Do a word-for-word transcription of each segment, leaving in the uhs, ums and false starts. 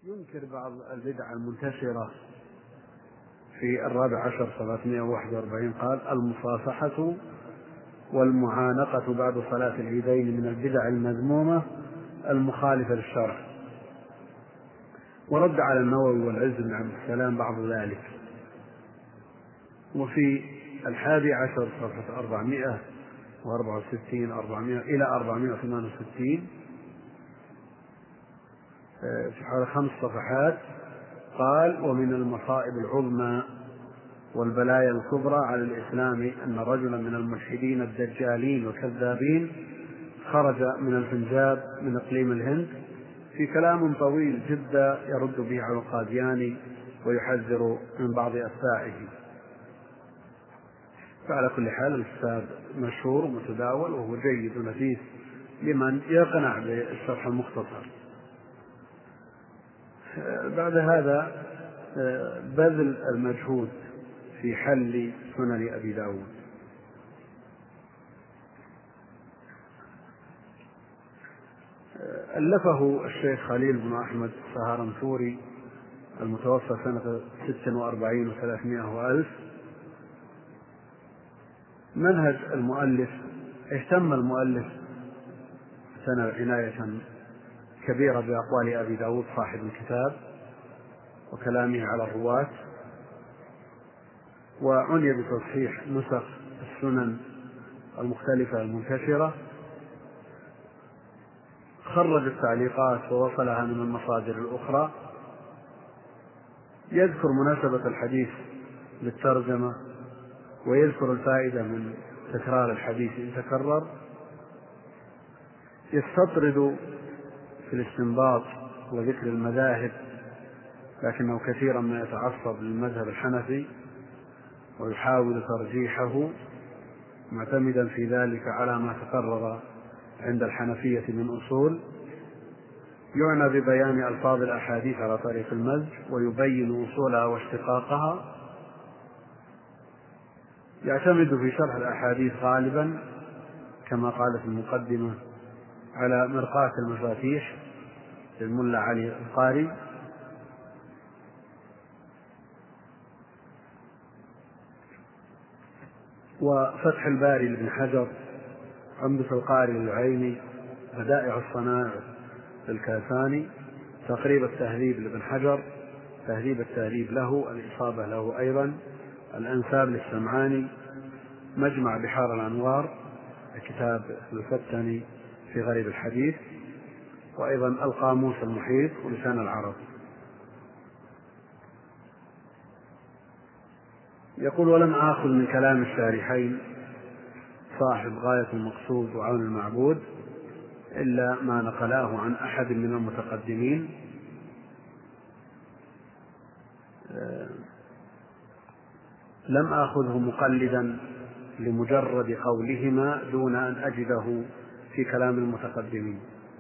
ينكر بعض البدع المنتشرة في الرابع عشر ثلاثمائة وواحد وأربعين قال: المصافحة والمعانقة بعد صلاة العيدين من البدع المذمومة المخالفة للشرع. ورد على النووي والعز بن عبد السلام بعض ذلك. وفي الحادي عشر صفحة أربعمائة وأربعة وستين أربعمائة إلى أربعمائة وثمانية وستين في حوالي خمس صفحات قال: ومن المصائب العظمى والبلايا الكبرى على الإسلام أن رجلا من الملحدين الدجالين والكذابين خرج من البنجاب من إقليم الهند في كلام طويل جدا يرد به على القادياني ويحذر من بعض أتباعه. فعلى كل حال الكتاب مشهور ومتداول وهو جيد ونفيس لمن يقنع بالشرح المختصر. بعد هذا بذل المجهود في حل سنن أبي داود. ألفه الشيخ خليل بن أحمد السهرنفوري المتوفى سنة ست وأربعين وثلاثمائة وألف. منهج المؤلف: اهتم المؤلف سنة عناية كبيرة بأقوال أبي داود صاحب الكتاب وكلامه على الرواة، وعني بتصحيح نسخ السنن المختلفة المنتشرة. خرج التعليقات ووصلها من المصادر الأخرى. يذكر مناسبة الحديث للترجمة ويذكر الفائدة من تكرار الحديث إن تكرر. يستطرد في الاستنباط وذكر المذاهب، لكنه كثيرا ما يتعصب للمذهب الحنفي ويحاول ترجيحه معتمدا في ذلك على ما تقرر عند الحنفية من أصول. يعنى ببيان ألفاظ الأحاديث على طريق المزج ويبين أصولها واشتقاقها. يعتمد في شرح الأحاديث غالبا كما قال في المقدمة على مرقاة المفاتيح للملا علي القاري. وفتح الباري لابن حجر، عمدة القاري للعيني، بدائع الصنائع للكاساني، تقريب التهذيب لابن حجر، تهذيب التهذيب له، الإصابة له أيضا، الأنساب للسمعاني، مجمع بحار الأنوار كتاب الفتني في غريب الحديث، وأيضا القاموس المحيط ولسان العرب. يقول: ولم آخذ من كلام الشارحين صاحب غاية المقصود وعون المعبود إلا ما نقلاه عن أحد من المتقدمين، لم آخذه مقلدا لمجرد قولهما دون أن أجده في كلام المتقدمين.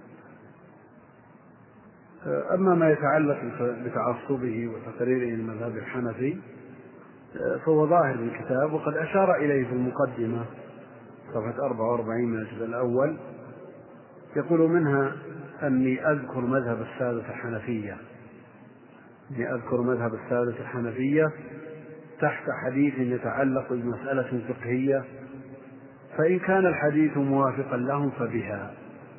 أما ما يتعلق بتعصبه وتقريره للمذهب الحنفي فهو ظاهر في الكتاب، وقد أشار إليه في المقدمة صفحة أربعة وأربعين من الجزء الأول. يقول منها أني أذكر مذهب السادة الحنفية أني أذكر مذهب السادة الحنفية تحت حديث يتعلق بمسألة فقهية، فإن كان الحديث موافقا لهم فبها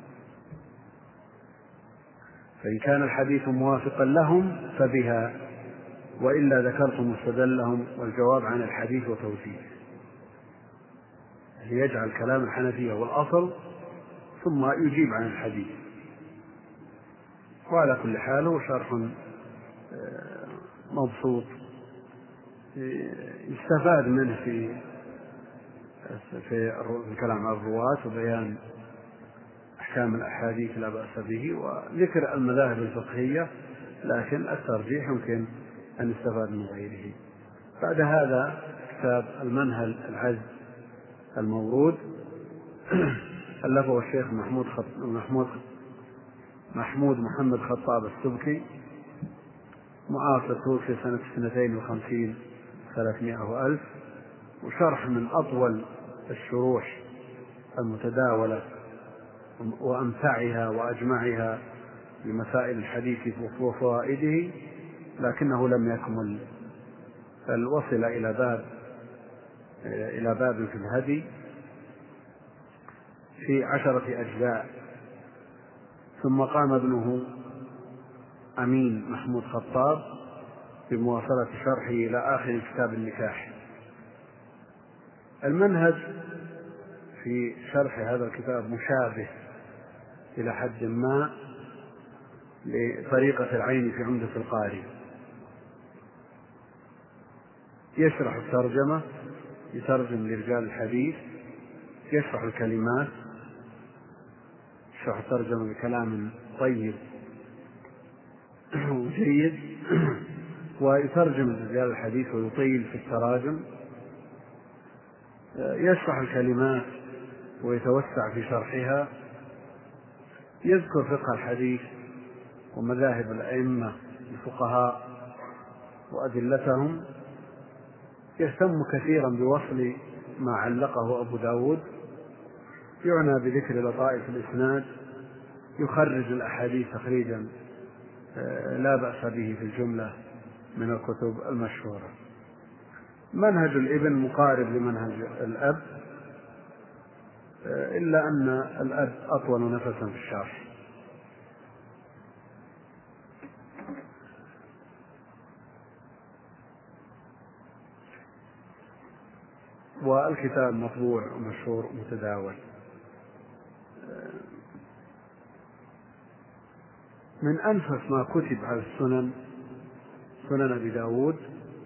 فإن كان الحديث موافقا لهم فبها وإلا ذكرت مستدلهم والجواب عن الحديث وتوجيه. ليجعل كلام الحنفية والأصل ثم يجيب عن الحديث. وعلى كل حال هو شرح مبسوط يستفاد منه في في الكلام عن الرواة وبيان أحكام الأحاديث لا بأس به وذكر المذاهب الفقهية، لكن الترجيح يمكن أن يستفاد من غيره. بعد هذا كتاب المنهل العز المورود ألفه الشيخ محمود خط... محمود محمود محمد خطاب السبكي، معاصر توفي سنة اثنتين وخمسين ثلاثمائة وألف، وشرح من أطول الشروح المتداولة وأمتعها وأجمعها لمسائل الحديث وفوائده، لكنه لم يكمل، بل وصل إلى باب إلى باب في الهدي في عشرة أجزاء. ثم قام ابنه أمين محمود خطاب بمواصلة شرحه إلى آخر كتاب النكاح. المنهج في شرح هذا الكتاب مشابه إلى حد ما لطريقة العين في عمدة القاري. يشرح الترجمة، يترجم لرجال الحديث، يشرح الكلمات، يشرح الترجمة بكلام طيب وجيد، ويترجم لرجال الحديث ويطيل في التراجم، يشرح الكلمات ويتوسع في شرحها، يذكر فقه الحديث ومذاهب الأئمة الفقهاء وأدلتهم، يهتم كثيرا بوصل ما علقه أبو داود، يعنى بذكر لطائف الإسناد، يخرج الأحاديث تخريجا لا بأس به في الجملة من الكتب المشهورة. منهج الابن مقارب لمنهج الأب، إلا أن الأب أطول نفسا في الشرح. والكتاب مطبوع ومشهور ومتداول. من أنفس ما كتب على السنن سنن أبي داود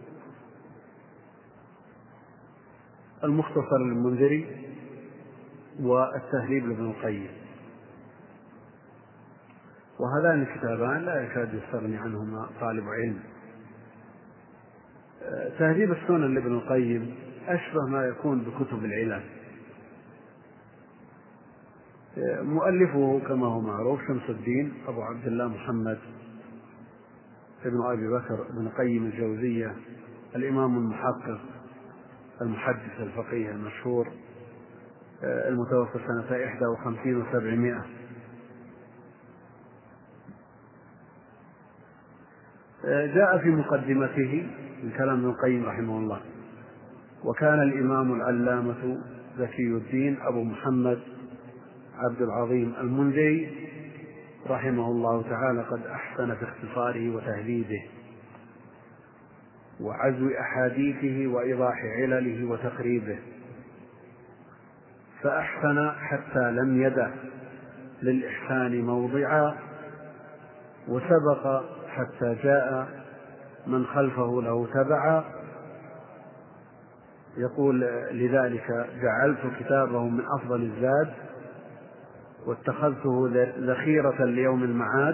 المختصر للمنذري والتهذيب لابن القيم، وهذان الكتابان لا يكاد يستغني عنهما طالب علم. تهذيب السنن لابن القيم أشبه ما يكون بكتب العلل. مؤلفه كما هو معروف شمس الدين أبو عبد الله محمد ابن أبي بكر بن قيم الجوزية، الإمام المحقق المحدث الفقيه المشهور، المتوفى سنة إحدى وخمسين وسبعمائة. جاء في مقدمته من كلام ابن القيم رحمه الله: وكان الإمام العلامة زكي الدين أبو محمد عبد العظيم المنذري رحمه الله تعالى قد أحسن في اختصاره وتهذيبه وعزو أحاديثه وإيضاح علله وتقريبه، فأحسن حتى لم يدع للإحسان موضعا، وسبق حتى جاء من خلفه له تبعا. يقول: لذلك جعلت كتابه من أفضل الزاد، واتخذته ذخيرة ليوم المعاد،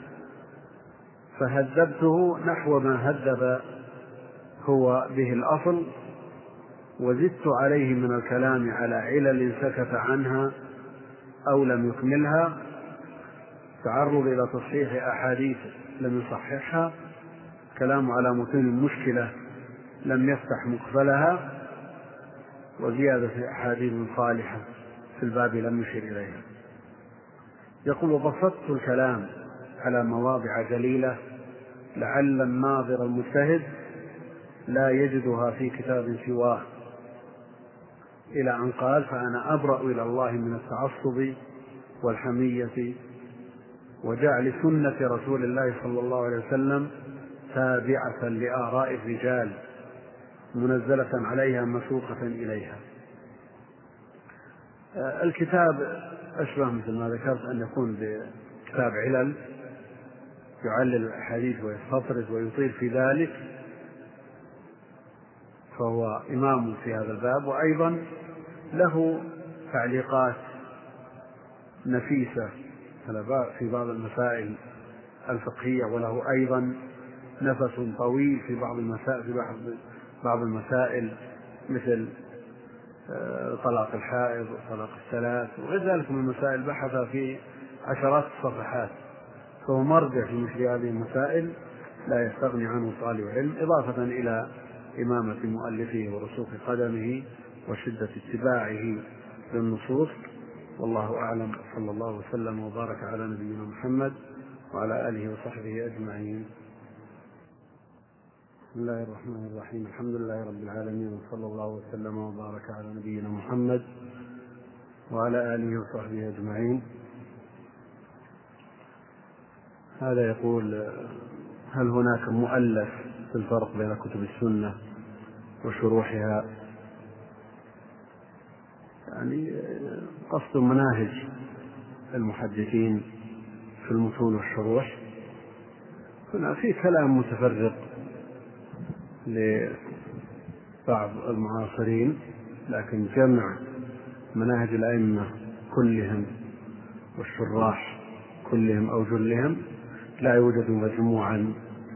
فهذبته نحو ما هذب هو به الأصل، وزدت عليه من الكلام على علل سكت عنها أو لم يكملها، تعرض إلى تصحيح أحاديث لم يصححها، كلام على متون مشكلة لم يفتح مقبلها، وزيادة أحاديث صالحة في الباب لم يشر إليها. يقول: وبسطت الكلام على مواضع جليلة لعل الناظر المجتهد لا يجدها في كتاب سواه، إلى أن قال: فأنا أبرأ إلى الله من التعصب والحمية وجعل سنة رسول الله صلى الله عليه وسلم تابعة لآراء الرجال منزلة عليها مسوقة إليها. الكتاب أشبه مثل ما ذكرت أن يكون بكتاب علل، يعلل الأحاديث ويستطرد ويطيل في ذلك، فهو إمام في هذا الباب. وأيضا له تعليقات نفيسة في بعض المسائل الفقهية، وله أيضا نفس طويل في بعض المسائل في بعض المسائل مثل طلاق الحائض وطلاق الثلاث وغير ذلك من المسائل، بحث في عشرات الصفحات، فهو مرجع في مثل هذه المسائل لا يستغني عنه طالب علم، إضافة إلى إمامة مؤلفه ورسوخ قدمه وشدة اتباعه للنصوص. والله أعلم، صلى الله وسلم وبارك على نبينا محمد وعلى آله وصحبه أجمعين. بسم الله الرحمن الرحيم. الحمد لله رب العالمين، وصلى الله وسلم وبارك على نبينا محمد وعلى آله وصحبه أجمعين. هذا يقول: هل هناك مؤلف في الفرق بين كتب السنة وشروحها؟ يعني قصد مناهج المحدثين في المتون والشروح. هنا في كلام متفرق لبعض المعاصرين، لكن جمع مناهج الأئمة كلهم والشراح كلهم أو جلهم لا يوجد مجموعا،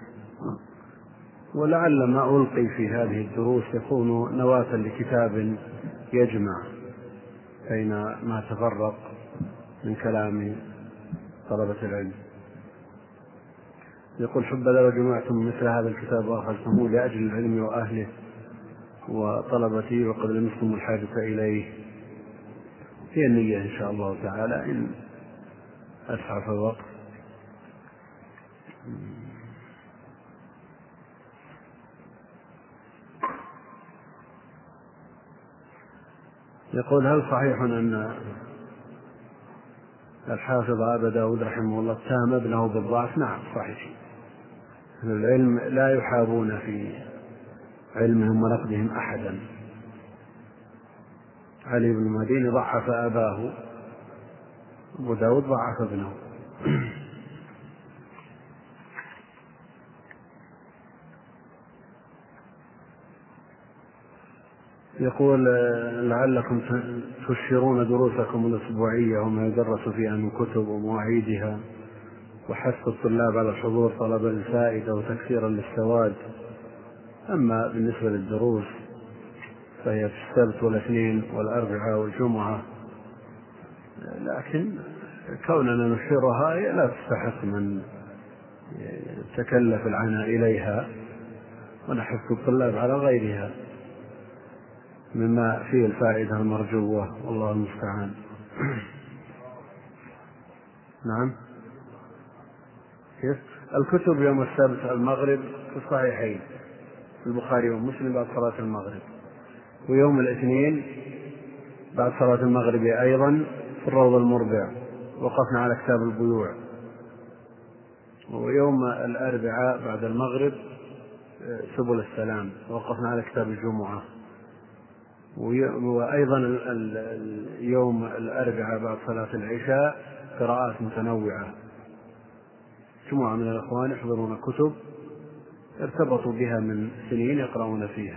ولعل ما ألقي في هذه الدروس يكون نواة لكتاب يجمع بين ما تفرق من كلام طلبة العلم. يقول: حبذا لو جمعتم مثل هذا الكتاب وأخذتموه لأجل العلم وأهله وطلبته وقد لمستم الحاجة إليه. هي النية إن شاء الله تعالى إن أسعف الوقت. يقول: هل صحيح أن الحافظ أبا داود رحمه الله اتهم ابنه بالضعف؟ نعم صحيح. العلم لا يحابون في علمهم ونقدهم أحدا. علي بن المديني ضعف أباه، أبو داود ضعف ابنه. يقول: لعلكم تشيرون دروسكم الأسبوعية وما يدرس فيها من كتب ومواعيدها وحث الطلاب على الحضور طلبا للفائدة وتكثيرا للسواد. أما بالنسبة للدروس فهي في السبت والاثنين والأربعاء والجمعة، لكن كوننا نشيرها لا تستحق من يتكلف العناء إليها، ونحث الطلاب على غيرها مما فيه الفائدة المرجوة، والله المستعان. نعم. كيف؟ الكتب يوم السبت المغرب في الصحيحين في البخاري ومسلم بعد صلاة المغرب، ويوم الاثنين بعد صلاة المغرب أيضا في الروض المربع وقفنا على كتاب البيوع، ويوم الأربعاء بعد المغرب سبل السلام وقفنا على كتاب الجمعة، وأيضا يوم الأربعاء بعد صلاة العشاء قراءات متنوعة. جمعة من الأخوان يحضرون كتب ارتبطوا بها من سنين يقرؤون فيها.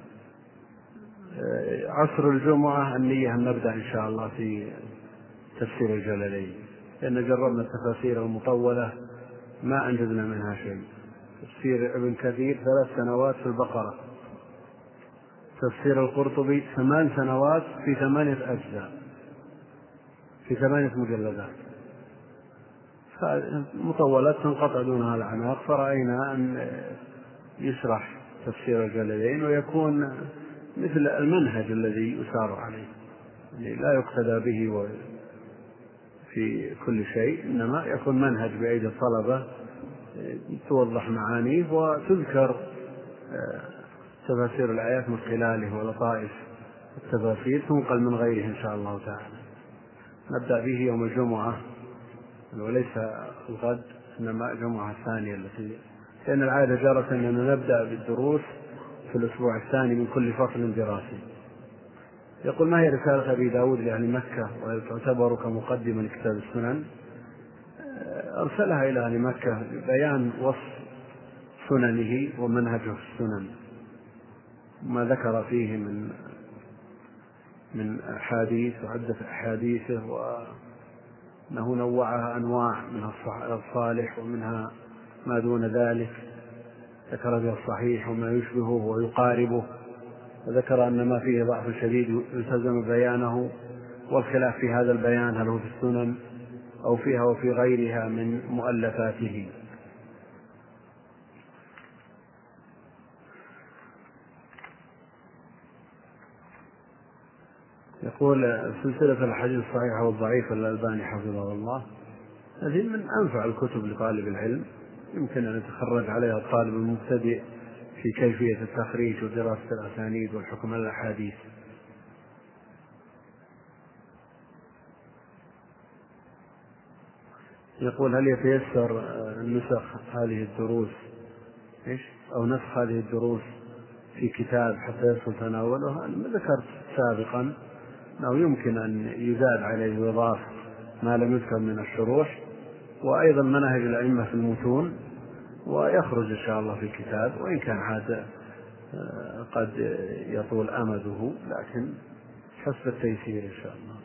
عصر الجمعة النية أن نبدأ إن شاء الله في تفسير الجلالين، لأن جربنا التفاسير المطولة ما أنجزنا منها شيء. تفسير ابن كثير ثلاث سنوات في البقرة، تفسير القرطبي ثمان سنوات في ثمانية أجزاء في ثمانية مجلدات، مطولات تنقطع دونها الأعناق، فرأينا أن يشرح تفسير الجلالين ويكون مثل المنهج الذي يسار عليه، يعني لا يقتدى به في كل شيء، إنما يكون منهج بأيدي الطلبة توضح معانيه وتذكر تفاسير الآيات من خلاله ولطائف التفاسير تنقل من غيره إن شاء الله تعالى. نبدأ به يوم الجمعة وليس الغد، إنما الجمعة الثانية التي، لأن العادة جرت أننا نبدأ بالدروس في الأسبوع الثاني من كل فصل دراسي. يقول: ما هي رسالة أبي داود لأهل مكة وهل تعتبر كمقدمة لكتاب السنن؟ أرسلها إلى أهل مكة بيان وصف سننه ومنهجه في السنن، ما ذكر فيه من من أحاديث وعدة أحاديثه، وأنه نوعها أنواع، منها الصالح ومنها ما دون ذلك، ذكر فيها الصحيح وما يشبهه ويقاربه، وذكر أن ما فيه ضعف شديد يلتزم بيانه، والخلاف في هذا البيان هل هو في السنن أو فيها وفي غيرها من مؤلفاته. يقول: سلسلة الحديث الصحيحة والضعيفة للألباني حفظه الله، هذه من أنفع الكتب لطالب العلم، يمكن أن يتخرج عليها الطالب المبتدئ في كيفية التخريج ودراسة الأسانيد والحكم على الأحاديث. يقول: هل يتيسر نسخ هذه الدروس إيش أو نسخ هذه الدروس في كتاب حتى يسهل تناوله؟ أنا ذكرت سابقا أنه يمكن أن يزاد عليه ويضاف ما لم يذكر من الشروح، وأيضا مناهج الأئمة في المتون، ويخرج إن شاء الله في كتاب، وإن كان هذا قد يطول أمده، لكن حسب التيسير إن شاء الله.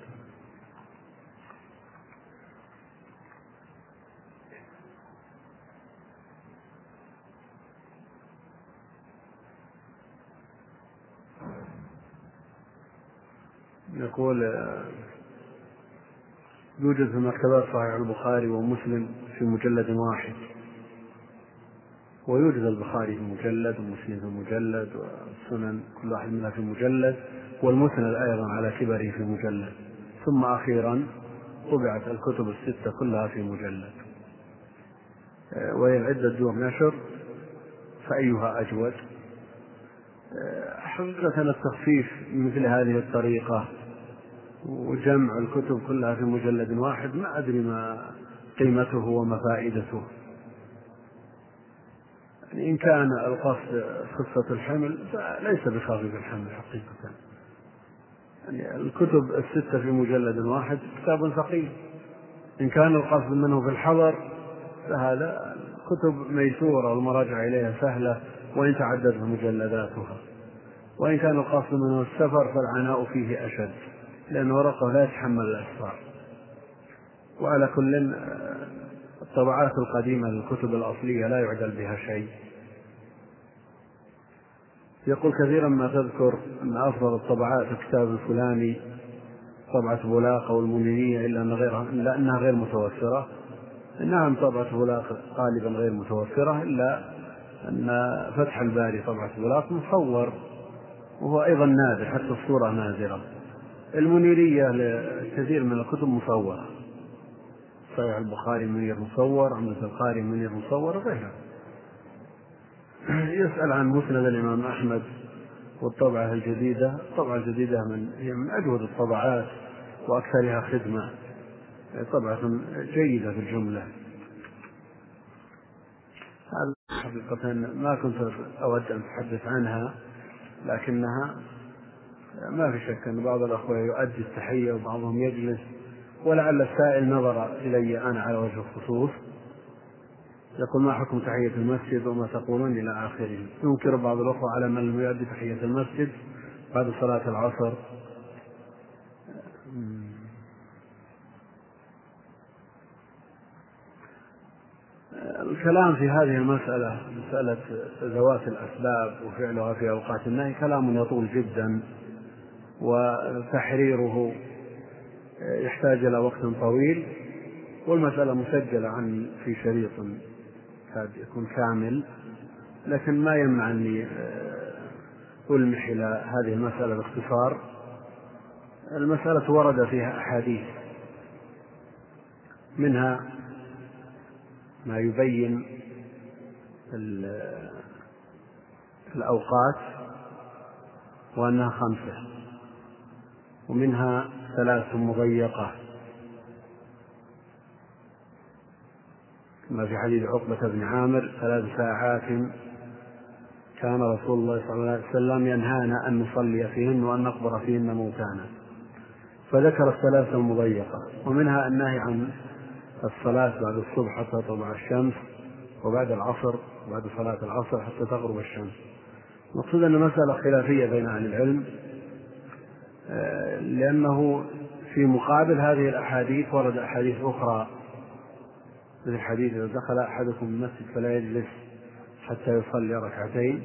يقول: يوجد في مكتبات صحيح البخاري ومسلم في مجلد واحد، ويوجد البخاري في مجلد ومسلم في مجلد والسنن كل واحد منها في مجلد، والمسند أيضا على كبره في مجلد، ثم أخيرا طبعت الكتب الستة كلها في مجلد، وهي العدة دور نشر، فأيها أجود؟ حقيقة التخفيف مثل هذه الطريقة وجمع الكتب كلها في مجلد واحد ما أدري ما قيمته وما فائدته. يعني إن كان القصد خفة الحمل فليس بخفيف الحمل حقيقة، يعني الكتب الستة في مجلد واحد كتاب ثقيل. إن كان القصد منه في الحضر فهذا كتب ميسورة والمراجعة إليها سهلة وإن تعددت مجلداتها، وإن كان القصد منه السفر فالعناء فيه أشد، لأن ورقه لا يتحمل الأسفار. وعلى كل الطبعات القديمة للكتب الأصلية لا يعدل بها شيء. يقول: كثيرا ما تذكر أن أفضل الطبعات الكتاب الفلاني طبعة بولاق أو المنيرية إلا أن غيرها إلا أنها غير متوفرة. نعم، طبعة بولاق غالبا غير متوفرة، إلا أن فتح الباري طبعة بولاق مصور، وهو أيضا نادر، حتى الصورة نادرة. المنيرية لكثير من الكتب مصورة، صحيح البخاري منير مصور، عمدة القاري منير مصور وغيرها. يسأل عن مسند الإمام أحمد والطبعة الجديدة. الطبعة الجديدة من هي من أجود الطبعات وأكثرها خدمة، طبعة جيدة في الجملة. هذا حقيقة ما كنت أود أن أتحدث عنها، لكنها ما في شك أن بعض الأخوة يؤدي التحية وبعضهم يجلس، ولعل السائل نظر إلي أنا على وجه الخصوص. يقول: ما حكم تحية المسجد وما تقولون إلى آخره؟ ينكر بعض الأخوة على من لم يؤدي تحية المسجد بعد صلاة العصر. الكلام في هذه المسألة، مسألة ذوات الأسباب وفعلها في أوقات النهي، كلام يطول جدا، وتحريره يحتاج إلى وقت طويل، والمسألة مسجلة عني في شريط كاد يكون كامل، لكن ما يمنع أني ألمح إلى هذه المسألة باختصار. المسألة ورد فيها أحاديث، منها ما يبين الأوقات وأنها خمسة، ومنها ثلاث مضيقة، كما في حديث عقبة بن عامر: ثلاث ساعات كان رسول الله صلى الله عليه وسلم ينهانا أن نصلي فيهن وأن نقبر فيهن موتانا، فذكر الثلاث المضيقة. ومنها النهي عن الصلاة بعد الصبح حتى تطلع الشمس، وبعد العصر وبعد صلاة العصر حتى تغرب الشمس. مقصود أن مسألة خلافية بين أهل العلم، لأنه في مقابل هذه الأحاديث ورد أحاديث أخرى، مثل الحديث: إذا دخل أحدكم المسجد فلا يجلس حتى يصلي ركعتين،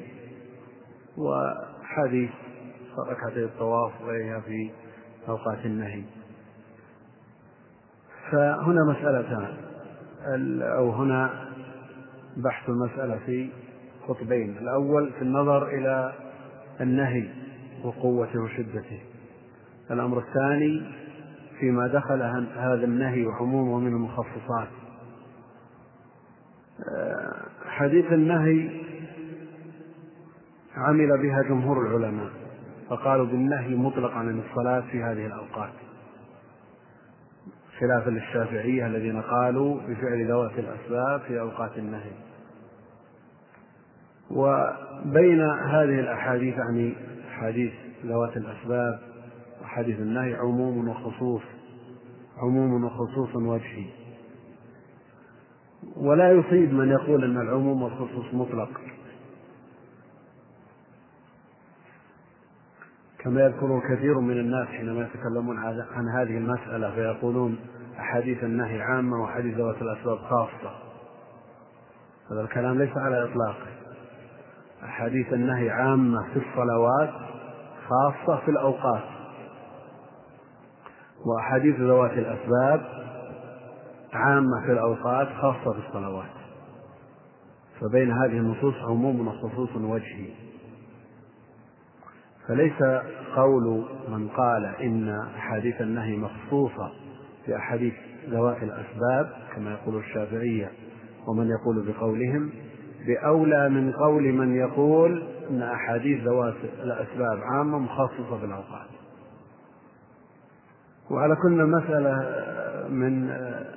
وحديث ركعتي الطواف وغيرها في أوقات النهي. فهنا مسألتان، أو هنا بحث المسألة في خطبين: الأول في النظر إلى النهي وقوته وشدته، الأمر الثاني فيما دخل هذا النهي وعمومه من المخصصات، حديث النهي عمل بها جمهور العلماء، فقالوا بالنهي مطلق عن الصلاة في هذه الأوقات، خلافا للشافعية الذين قالوا بفعل ذوات الأسباب في أوقات النهي. وبين هذه الأحاديث عن حديث ذوات الأسباب وحديث النهي عموم وخصوص، عموم وخصوص وجهي، ولا يصيب من يقول أن العموم والخصوص مطلق، كما يذكر كثير من الناس حينما يتكلمون عن هذه المسألة فيقولون أحاديث النهي عامة وحديث ذوات الأسباب خاصة. هذا الكلام ليس على إطلاقه. أحاديث النهي عامة في الصلوات خاصة في الأوقات، وأحاديث ذوات الأسباب عامة في الأوقات خاصة في الصلوات، فبين هذه النصوص عموم وخصوص وجهي. فليس قول من قال إن أحاديث النهي مخصوصة في أحاديث ذوات الأسباب كما يقول الشافعية ومن يقول بقولهم بأولى من قول من يقول أن أحاديث ذوات الأسباب عامة مخصصة في الأوقات. وعلى كل مسألة من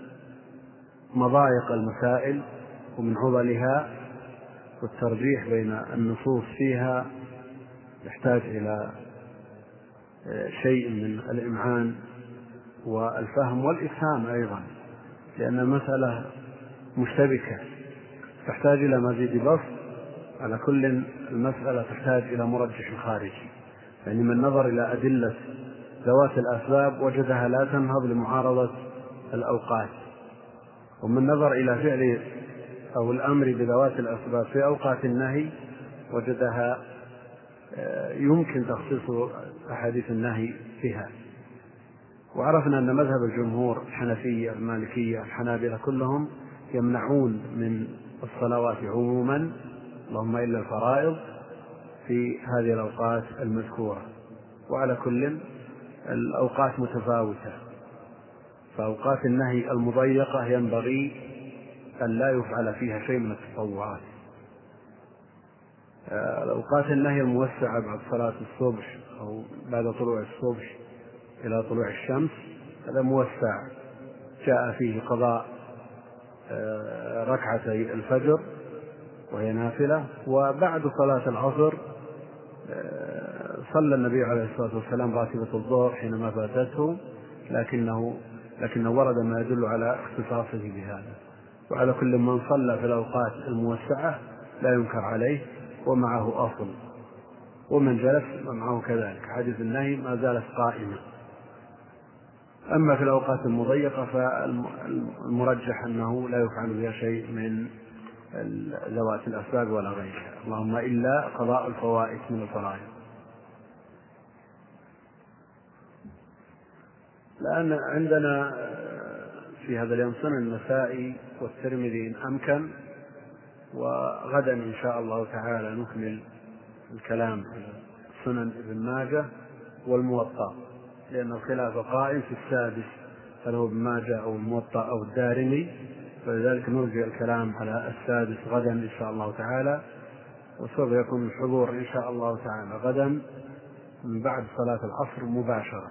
مضايق المسائل ومن عضلها، والترجيح بين النصوص فيها يحتاج إلى شيء من الإمعان والفهم والإفهام أيضا، لأن المسألة مشتبكة تحتاج إلى مزيد بسط. على كل المسألة تحتاج إلى مرجح خارجي، يعني من نظر إلى أدلة ذوات الأسباب وجدها لا تنهض لمعارضة الأوقات، ومن نظر إلى فعل أو الأمر بذوات الأسباب في أوقات النهي وجدها يمكن تخصيص أحاديث النهي بها. وعرفنا أن مذهب الجمهور الحنفية المالكية الحنابلة كلهم يمنعون من الصلوات عموما اللهم إلا الفرائض في هذه الأوقات المذكورة. وعلى كل الأوقات متفاوتة، فأوقات النهي المضيقة ينبغي أن لا يفعل فيها شيء من التطوعات. الأوقات النهي الموسعة بعد صلاة الصبح أو بعد طلوع الصبح إلى طلوع الشمس هذا موسع، جاء فيه قضاء ركعتي الفجر وهي نافلة، وبعد صلاة العصر صلى النبي عليه الصلاة والسلام راتبة الظهر حينما فاتته، لكنه لكنه ورد ما يدل على اختصاصه بهذا. وعلى كل من صلى في الأوقات الموسعة لا ينكر عليه ومعه أصل، ومن جلس معه كذلك، حديث النهي ما زالت قائمة. أما في الأوقات المضيقة فالمرجح أنه لا يفعل بها شيء من ذوات الأسباب ولا غيرها، اللهم إلا قضاء الفوائد من الفرائض. لأن عندنا في هذا اليوم سنن النسائي والترمذي إن أمكن، وغدا إن شاء الله تعالى نكمل الكلام على سنن ابن ماجه والموطأ، لأن الخلاف قائم في السادس هل هو ابن ماجه أو الموطأ أو الدارمي، فلذلك نرجع الكلام على السادس غدا إن شاء الله تعالى. وسوف يكون الحضور إن شاء الله تعالى غدا من بعد صلاة العصر مباشرة،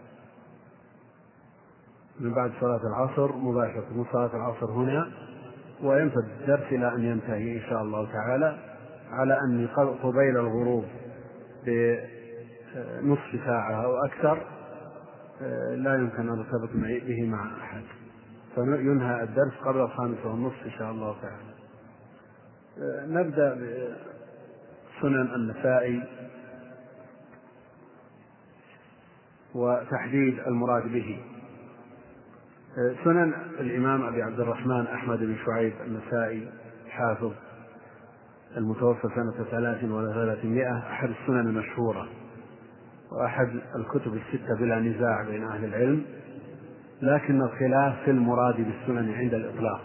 من بعد صلاة العصر مباشرة من صلاة العصر هنا، ويمتد الدرس إلى أن ينتهي إن شاء الله تعالى، على أن قبيل الغروب بنصف ساعة أو أكثر لا يمكن أن نرتبط به مع أحد، فينهى الدرس قبل الخامسة والنصف إن شاء الله تعالى. نبدأ بسنن النسائي وتحديد المراد به. سنن الإمام أبي عبد الرحمن أحمد بن شعيب النسائي حافظ المتوفى سنة ثلاث وثلاثمائة، أحد السنن المشهورة وأحد الكتب الستة بلا نزاع بين أهل العلم، لكن الخلاف في المراد بالسنن عند الإطلاق.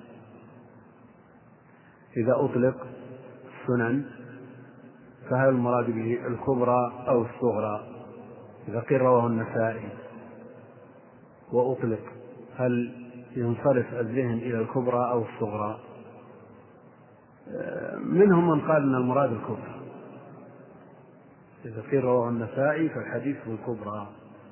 إذا أطلق السنن فهل المراد به الكبرى أو الصغرى؟ إذا قيل رواه النسائي وأطلق هل ينصرف الذهن إلى الكبرى أو الصغرى؟ منهم من قال أن المراد الكبرى، إذا قيل رواه النسائي فالحديث هو الكبرى،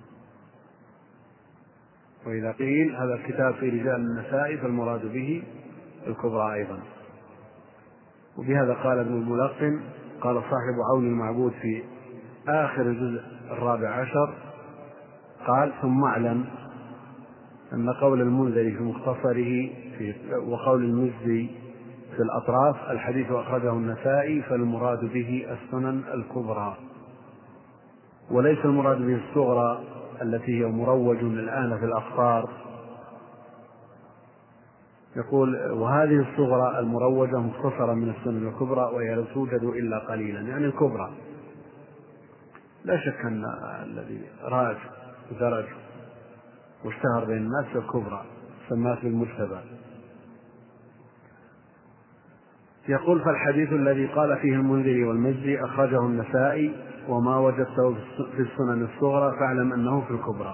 وإذا قيل هذا الكتاب في رجال النسائي فالمراد به الكبرى أيضا. وبهذا قال ابن الملقن، قال صاحب عون المعبود في آخر الجزء الرابع عشر، قال ثم اعلم أن قول المنذري في مختصره في وقول المزي في الأطراف الحديث أخرجه النسائي فالمراد به السنن الكبرى، وليس المراد به الصغرى التي هي مروج الآن في الأخبار. يقول وهذه الصغرى المروجة مختصرة من السنن الكبرى وهي لا توجد إلا قليلا، يعني الكبرى. لا شك أن الذي راج ودرج واشتهر بين الناس الكبرى سمات بالمجتبى. يقول فالحديث الذي قال فيه المنذري والمزي أخرجه النسائي وما وجدته في السنن الصغرى فاعلم أنه في الكبرى،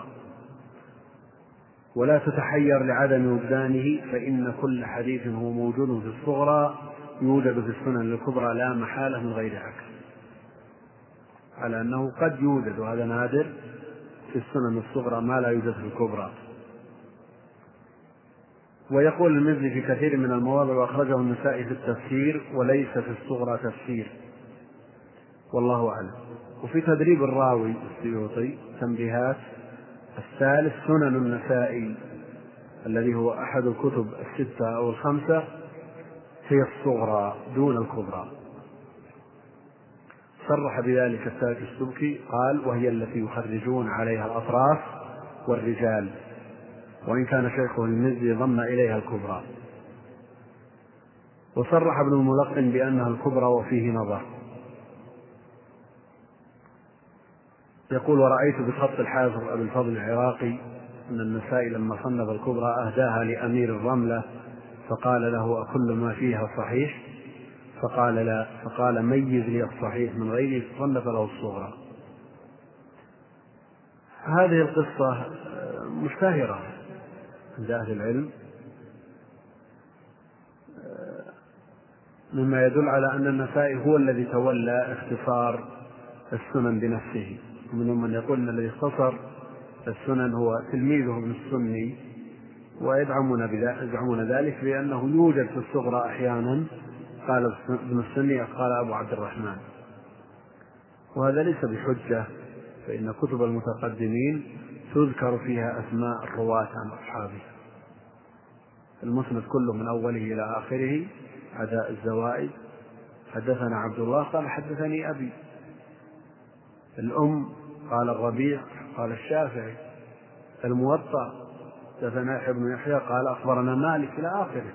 ولا تتحير لعدم وجدانه فإن كل حديث هو موجود في الصغرى يوجد في السنن الكبرى لا محالة من غير عكس، على أنه قد يوجد، وهذا نادر، في السنن الصغرى ما لا يوجد في الكبرى. ويقول المزي في كثير من المواضع وأخرجه النسائي في التفسير وليس في الصغرى تفسير، والله أعلم. وفي تدريب الراوي السيوطي تنبيهات الثالث سنن النسائي الذي هو أحد الكتب الستة أو الخمسة هي الصغرى دون الكبرى. صرح بذلك التاج السبكي قال وهي التي يخرجون عليها الأطراف والرجال، وإن كان شيخه المزي ضم إليها الكبرى. وصرح ابن الملقن بأنها الكبرى وفيه نظر. يقول ورأيت بخط الحافظ أبي الفضل العراقي أن النسائي لما صنف الكبرى أهداها لأمير الرملة فقال له أكل ما فيها صحيح؟ فقال لا، فقال ميز لي الصحيح من غيره فصنف له الصغرى. هذه القصة مشتهرة عند أهل العلم، مما يدل على أن النسائي هو الذي تولى اختصار السنن بنفسه. ومنهم من يقول أن الذي اختصر السنن هو تلميذه ابن السني، ويدعمون ذلك بأنه يوجد في الصغرى أحيانا قال ابن السني قال أبو عبد الرحمن، وهذا ليس بحجة، فإن كتب المتقدمين تذكر فيها أسماء الرواة عن أصحابه. المسند كله من أوله إلى آخره عدا الزوائد حدثنا عبد الله قال حدثني أبي، الأم قال الربيع قال الشافعي، الموطأ حدثنا يحيى بن يحيى قال أخبرنا مالك إلى آخره.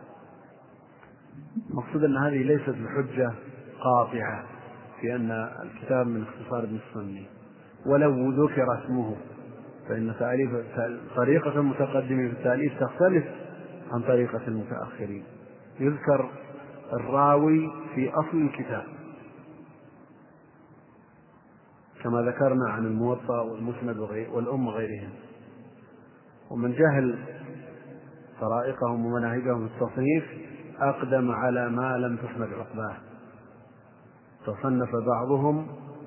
المقصود أن هذه ليست بحجة قاطعة في أن الكتاب من اختصار ابن السني، ولو ذكر اسمه، فإن تأليف طريقة المتقدمين في التأليف تختلف عن طريقة المتأخرين. يذكر الراوي في أصل الكتاب كما ذكرنا عن الموطأ والمسند والأم وغيرهم. ومن جهل طرائقهم ومناهجهم في التصنيف أقدم على ما لم تحمد عقباه. تصنف بعضهم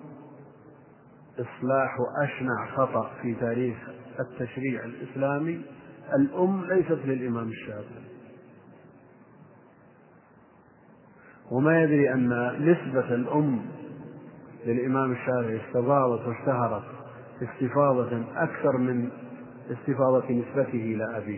إصلاح أشنع خطأ في تاريخ التشريع الإسلامي، الأم ليست للإمام الشافعي، وما يدري أن نسبة الأم للإمام الشافعي استفاضت واشتهرت استفاضة أكثر من استفاضة نسبته إلى أبيه.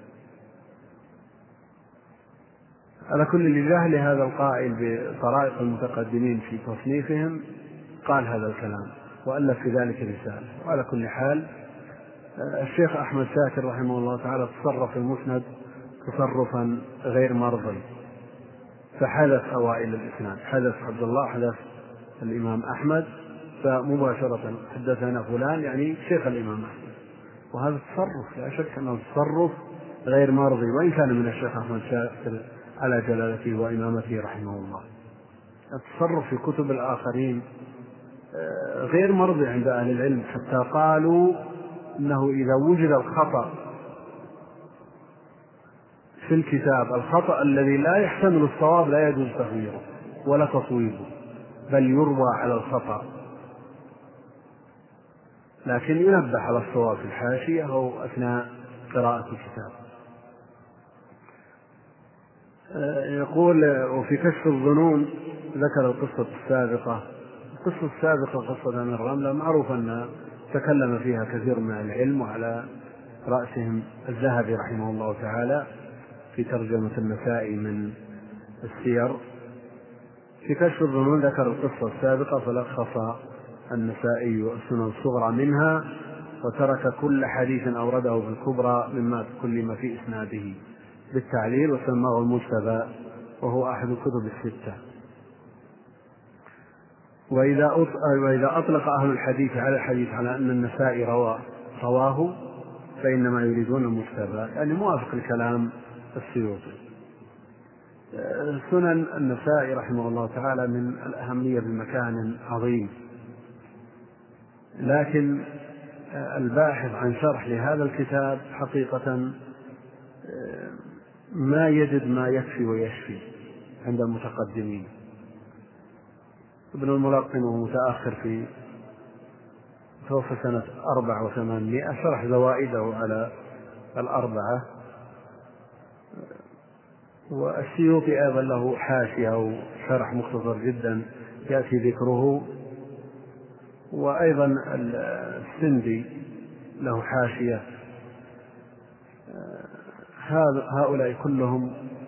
على كل لجهل هذا القائل بطرائق المتقدمين في تصنيفهم قال هذا الكلام وألف في ذلك رسالة. وعلى كل حال الشيخ أحمد شاكر رحمه الله تعالى تصرف في المسند تصرفا غير مرضي، فحدث أوائل الإسناد، حدث عبد الله، حدث الإمام أحمد، فمباشرة حدثنا فلان يعني شيخ الإمام أحمد. وهذا التصرف لا شك أنه تصرف غير مرضي، وإن كان من الشيخ أحمد شاكر على جلالته وإمامته رحمه الله. التصرف في كتب الآخرين غير مرضي عند أهل العلم، حتى قالوا إنه إذا وجد الخطأ في الكتاب الخطأ الذي لا يحتمل الصواب لا يجوز تغييره ولا تصويبه، بل يروى على الخطأ، لكن ينبه على الصواب في الحاشية أو أثناء قراءة الكتاب. يقول: وفي كشف الظنون ذكر القصة السابقة. القصة السابقة قصة من الرملة معروف أن تكلم فيها كثير من العلم، وعلى رأسهم الذهبي رحمه الله تعالى في ترجمة النسائي من السير. في كشف الظنون ذكر القصة السابقة فلخص النسائي السنن الصغرى منها، وترك كل حديث أورده في الكبرى مما تكلم في إسناده بالتعليل، وسماه المجتبى، وهو أحد الكتب الستة. وإذا أطلق أهل الحديث على الحديث على أن النسائي رواه, رواه فإنما يريدون المجتبى، يعني موافق الكلام السيوطي. سنن النسائي رحمه الله تعالى من الأهمية بمكان عظيم، لكن الباحث عن شرح لهذا الكتاب حقيقة ما يجد ما يكفي ويشفي عند المتقدمين. ابن الملقن وهو متأخر في توفى سنة أربع وثمانمائة شرح زوائده على الأربعة، والسيوطي أيضا له حاشية وشرح مختصر جدا يأتي ذكره، وأيضا السندي له حاشية. هؤلاء كلهم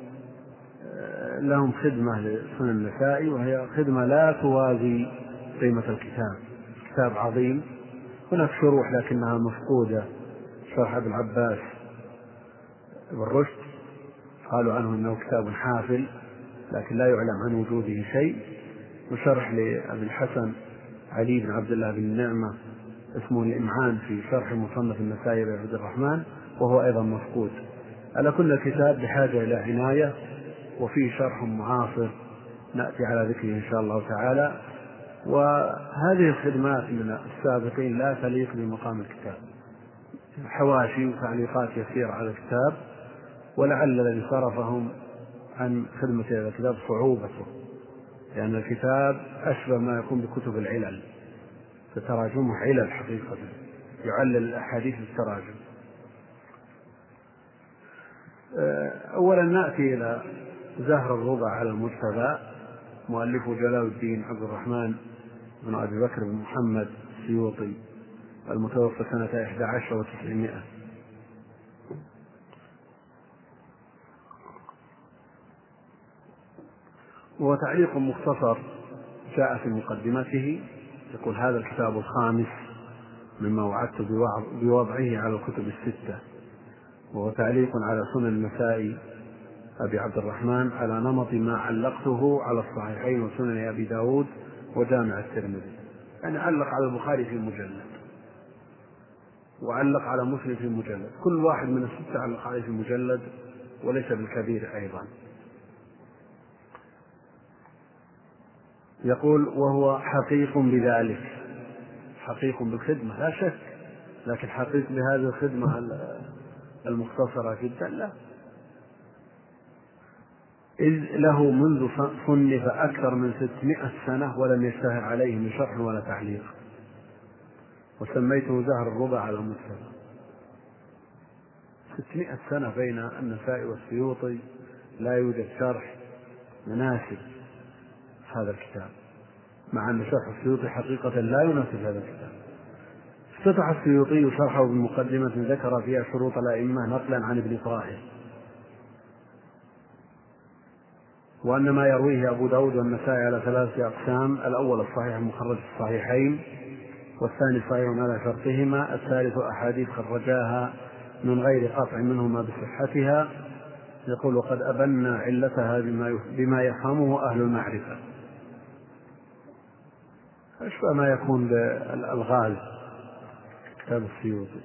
لهم خدمة لسنن النسائي، وهي خدمة لا توازي قيمة الكتاب. كتاب عظيم. هناك شروح لكنها مفقودة، شرح ابن العباس ابن رشد قالوا عنه أنه كتاب حافل لكن لا يعلم عن وجوده شيء، وشرح لأبي الحسن علي بن عبد الله بن النعمة اسمه الإمعان في شرح مصنف النسائي بن عبد الرحمن، وهو أيضا مفقود. على كل الكتاب بحاجة إلى عناية، وفيه شرح معاصر نأتي على ذكره إن شاء الله تعالى. وهذه الخدمات من السابقين لا تليق بمقام الكتاب، حواشي وتعليقات يسيرة على الكتاب، ولعل الذي صرفهم عن خدمة هذا الكتاب صعوبته، لأن يعني الكتاب أشبه ما يكون بكتب العلل، فتراجمه علل حقيقة، يعلل الأحاديث بالتراجم. أولا نأتي إلى زهر الربع على المجتبى، مؤلفه جلال الدين عبد الرحمن بن أبي بكر بن محمد السيوطي، المتوفى سنة إحدى عشر وتسعمائة. وهو تعليق مختصر جاء في مقدمته، يقول: هذا الكتاب الخامس مما وعدت بوضعه على الكتب الستة، وهو تعليق على سنن النسائي أبي عبد الرحمن على نمط ما علقته على الصحيحين وسنن أبي داود وجامع الترمذي. يعني علق على البخاري في مجلد، وعلق على مسلم في مجلد، كل واحد من الستة علق عليه في مجلد، وليس بالكبير أيضا. يقول: وهو حقيق بذلك، حقيق بالخدمة لا شك، لكن حقيق بهذه الخدمة المختصرة جدا لا، إذ له منذ صنف أكثر من ستمائة سنة ولم يشتهر عليه من شرح ولا تعليق، وسميته زهر الربع على المجتبى. ستمائة سنة بين النسائي والسيوطي لا يوجد شرح مناسب هذا الكتاب، مع أن شرح السيوطي حقيقة لا يناسب هذا الكتاب. افتتح السيوطي شرحه بمقدمة ذكر فيها شروط الأئمة نقلا عن ابن طاهر، وأن ما يرويه أبو داود والنسائي على ثلاثة أقسام: الأول الصحيح المخرج في الصحيحين، والثاني صحيح على شرطهما، الثالث أحاديث خرجاها من غير قطع منهما بصحتها. يقول: وقد أبنى علتها بما يفهمه أهل المعرفة. أشبه ما يكون بالألغاز كتاب السيوطي.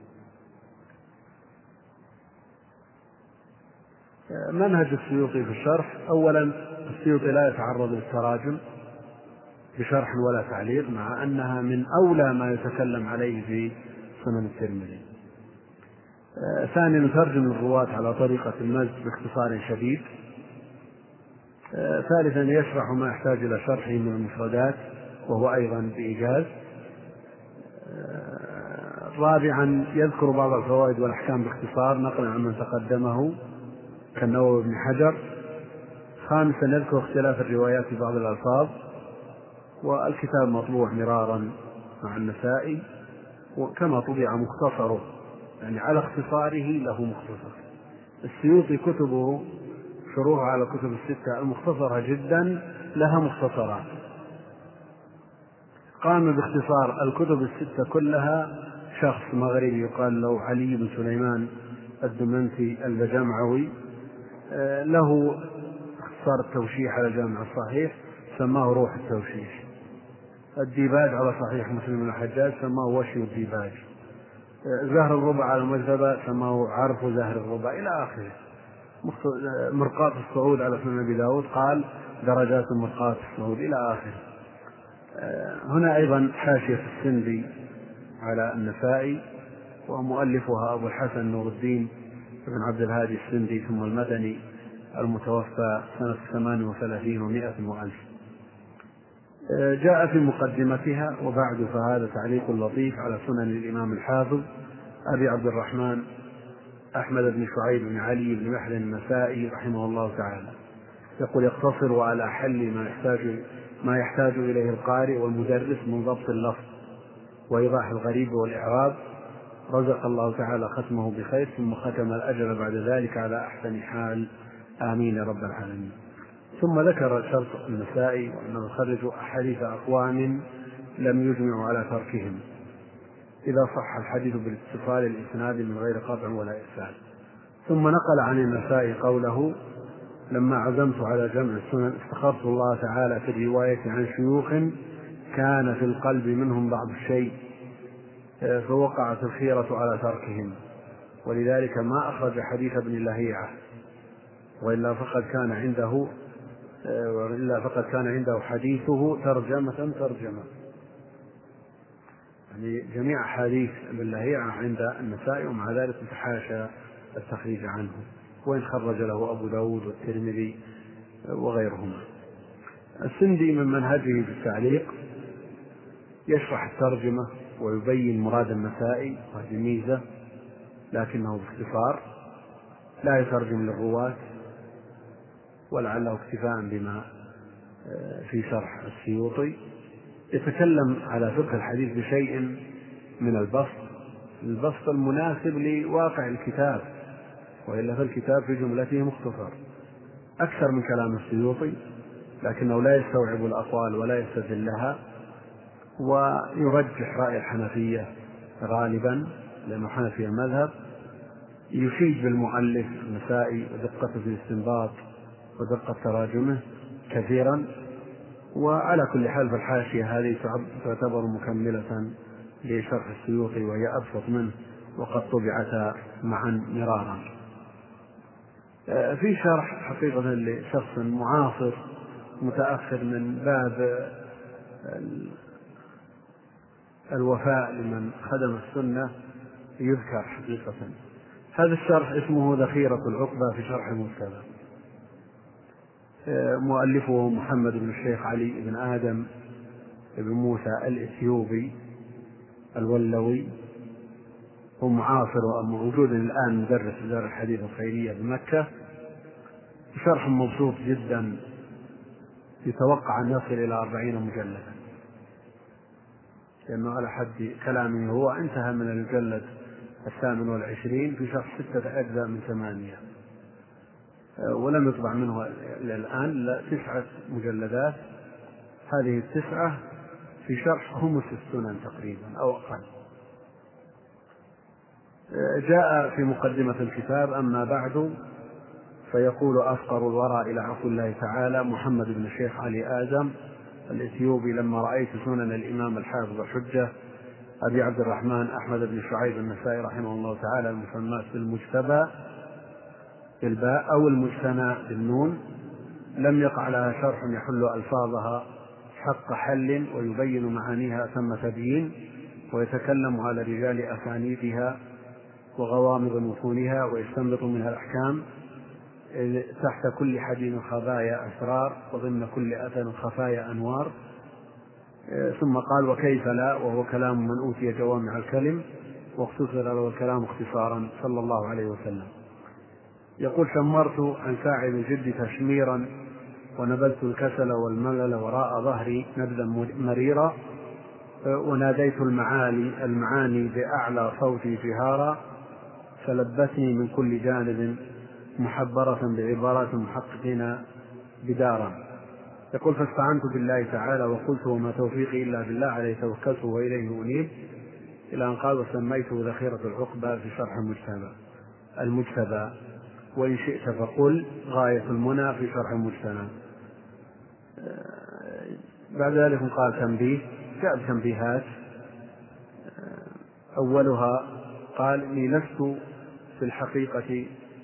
منهج السيوطي في الشرح: أولا السيوطي لا يتعرض للتراجم بشرح ولا تعليق، مع أنها من أولى ما يتكلم عليه في سنن الترمذي. ثانيا يترجم الرواة على طريقة المزج باختصار شديد. ثالثا يشرح ما يحتاج إلى شرحه من المفردات وهو أيضا بإيجاز. رابعا يذكر بعض الفوائد والأحكام باختصار نقلا عن من تقدمه كالنووي بن حجر. خامسا يذكر اختلاف الروايات في بعض الألفاظ، والكتاب مطبوع مرارا مع النسائي وكما طبع مختصره، يعني على اختصاره له مختصر. السيوطي كتبه شروحه على الكتب الستة المختصرة جدا لها مختصرات. قام باختصار الكتب الستة كلها شخص مغربي يقال له علي بن سليمان الدمنتي البجمعوي، له اختصار التوشيح على الجامع الصحيح سماه روح التوشيح. الديباج على صحيح مسلم بن الحجاج سماه وشي الديباج. زهر الربع على المذهبة سماه عرف زهر الربع إلى آخره. مرقاة الصعود على سنن أبي داود قال درجات مرقاة الصعود إلى آخره. هنا أيضا حاشية السندي على النسائي، ومؤلفها أبو الحسن نور الدين بن عبد الهادي السندي ثم المدني المتوفى سنة ثمان وثلاثين ومائة وألف. جاء في مقدمتها: وبعد فهذا تعليق لطيف على سنن الإمام الحافظ أبي عبد الرحمن أحمد بن شعيب بن علي بن محل النسائي رحمه الله تعالى. يقول: يقتصر على حل ما يحتاج ما يحتاج إليه القارئ والمدرس من ضبط اللفظ وإيضاح الغريب والإعراب. رزق الله تعالى ختمه بخير، ثم ختم الأجر بعد ذلك على أحسن حال، آمين يا رب العالمين. ثم ذكر شرط النسائي وأنه يخرج أحاديث أقوام لم يجمعوا على تركهم إذا صح الحديث بالاتصال الإسناد من غير قطع ولا إرسال. ثم نقل عن النسائي قوله: لما عزمت على جمع السنن استخرت الله تعالى في الرواية عن شيوخ كان في القلب منهم بعض الشيء فوقعت الخيرة على تركهم، ولذلك ما أخرج حديث ابن اللهيعة، وإلا فقد كان عنده وإلا فقد كان عنده حديثه ترجمة ترجمة يعني جميع حديث ابن اللهيعة عند النسائي، ومع ذلك تحاشى التخريج عنه، وإن خرج له أبو داود والترمذي وغيرهما. السندي من منهجه في التعليق يشرح الترجمة ويبين مراد النسائي، وهذه ميزة، لكنه باختصار لا يترجم للرواة، ولعله اكتفاء بما في شرح السيوطي. يتكلم على فقه الحديث بشيء من البسط البسط المناسب لواقع الكتاب، وإلا فالكتاب في جملته مختصر أكثر من كلام السيوطي، لكنه لا يستوعب الأقوال ولا يستدل لها، ويرجح رأي الحنفية غالبا لأنه حنفي المذهب. يشيد بالمؤلف النسائي ودقته في الاستنباط ودقة تراجمه كثيرا. وعلى كل حال فالحاشية هذه تعتبر مكملة لشرح السيوطي، وهي أبسط منه وقد طبعتا معا مرارا. في شرح حقيقة لشخص معاصر متأخر من باب الوفاء لمن خدم السنة يذكر حقيقة. هذا الشرح اسمه ذخيرة العقبة في شرح المرتبة، مؤلفه محمد بن الشيخ علي بن آدم بن موسى الإثيوبي الولوي، هو معاصر وموجود الآن مدرس في دار الحديث الخيرية بمكة. شرح مبسوط جدا يتوقع أن يصل إلى أربعين مجلدا، لأنه على حد كلامه هو انتهى من المجلد الثامن والعشرين في شرح ستة أجزاء من ثمانية، ولم يطبع منه إلى الآن إلا تسعة مجلدات. هذه التسعة في شرح خمس السنن تقريبا أو أقل. جاء في مقدمة الكتاب: أما بعد فيقول أفقر الورى إلى عفو الله تعالى محمد بن الشيخ علي آدم الإثيوبي: لما رأيت سنن الإمام الحافظ الحجة أبي عبد الرحمن أحمد بن شعيب النسائي رحمه الله تعالى المسماة بالمجتبى بالباء أو المجتنى بالنون، لم يقع لها شرح يحل ألفاظها حق حل ويبين معانيها ثم تبيين، ويتكلم على رجال أسانيدها وغوامض متونها ويستنبط منها الأحكام، تحت كل حديد خبايا أسرار وضمن كل أثر خفايا أنوار. ثم قال: وكيف لا، وهو كلام من أوتي جوامع الكلم واختصر له الكلام اختصارا صلى الله عليه وسلم. يقول: شمرت عن ساعد الجد تشميرا، ونبذت الكسل والملل وراء ظهري نبذا مريرا، وناديت المعالي المعاني بأعلى صوتي جهارا، فلبثني من كل جانب محبرة بعبارات محققين بدارا. يقول: فاستعنت بالله تعالى وقلت: وما توفيقي إلا بالله، عليه توكلت وإليه أنيب، إلى أن قال: وسميته ذخيرة العقبى في شرح المجتبى المجتبى وإن شئت فقل غاية المنى في شرح المجتبى. بعد ذلك قال: تنبيه. جاء بتنبيهات، أولها قال: إني لست في الحقيقة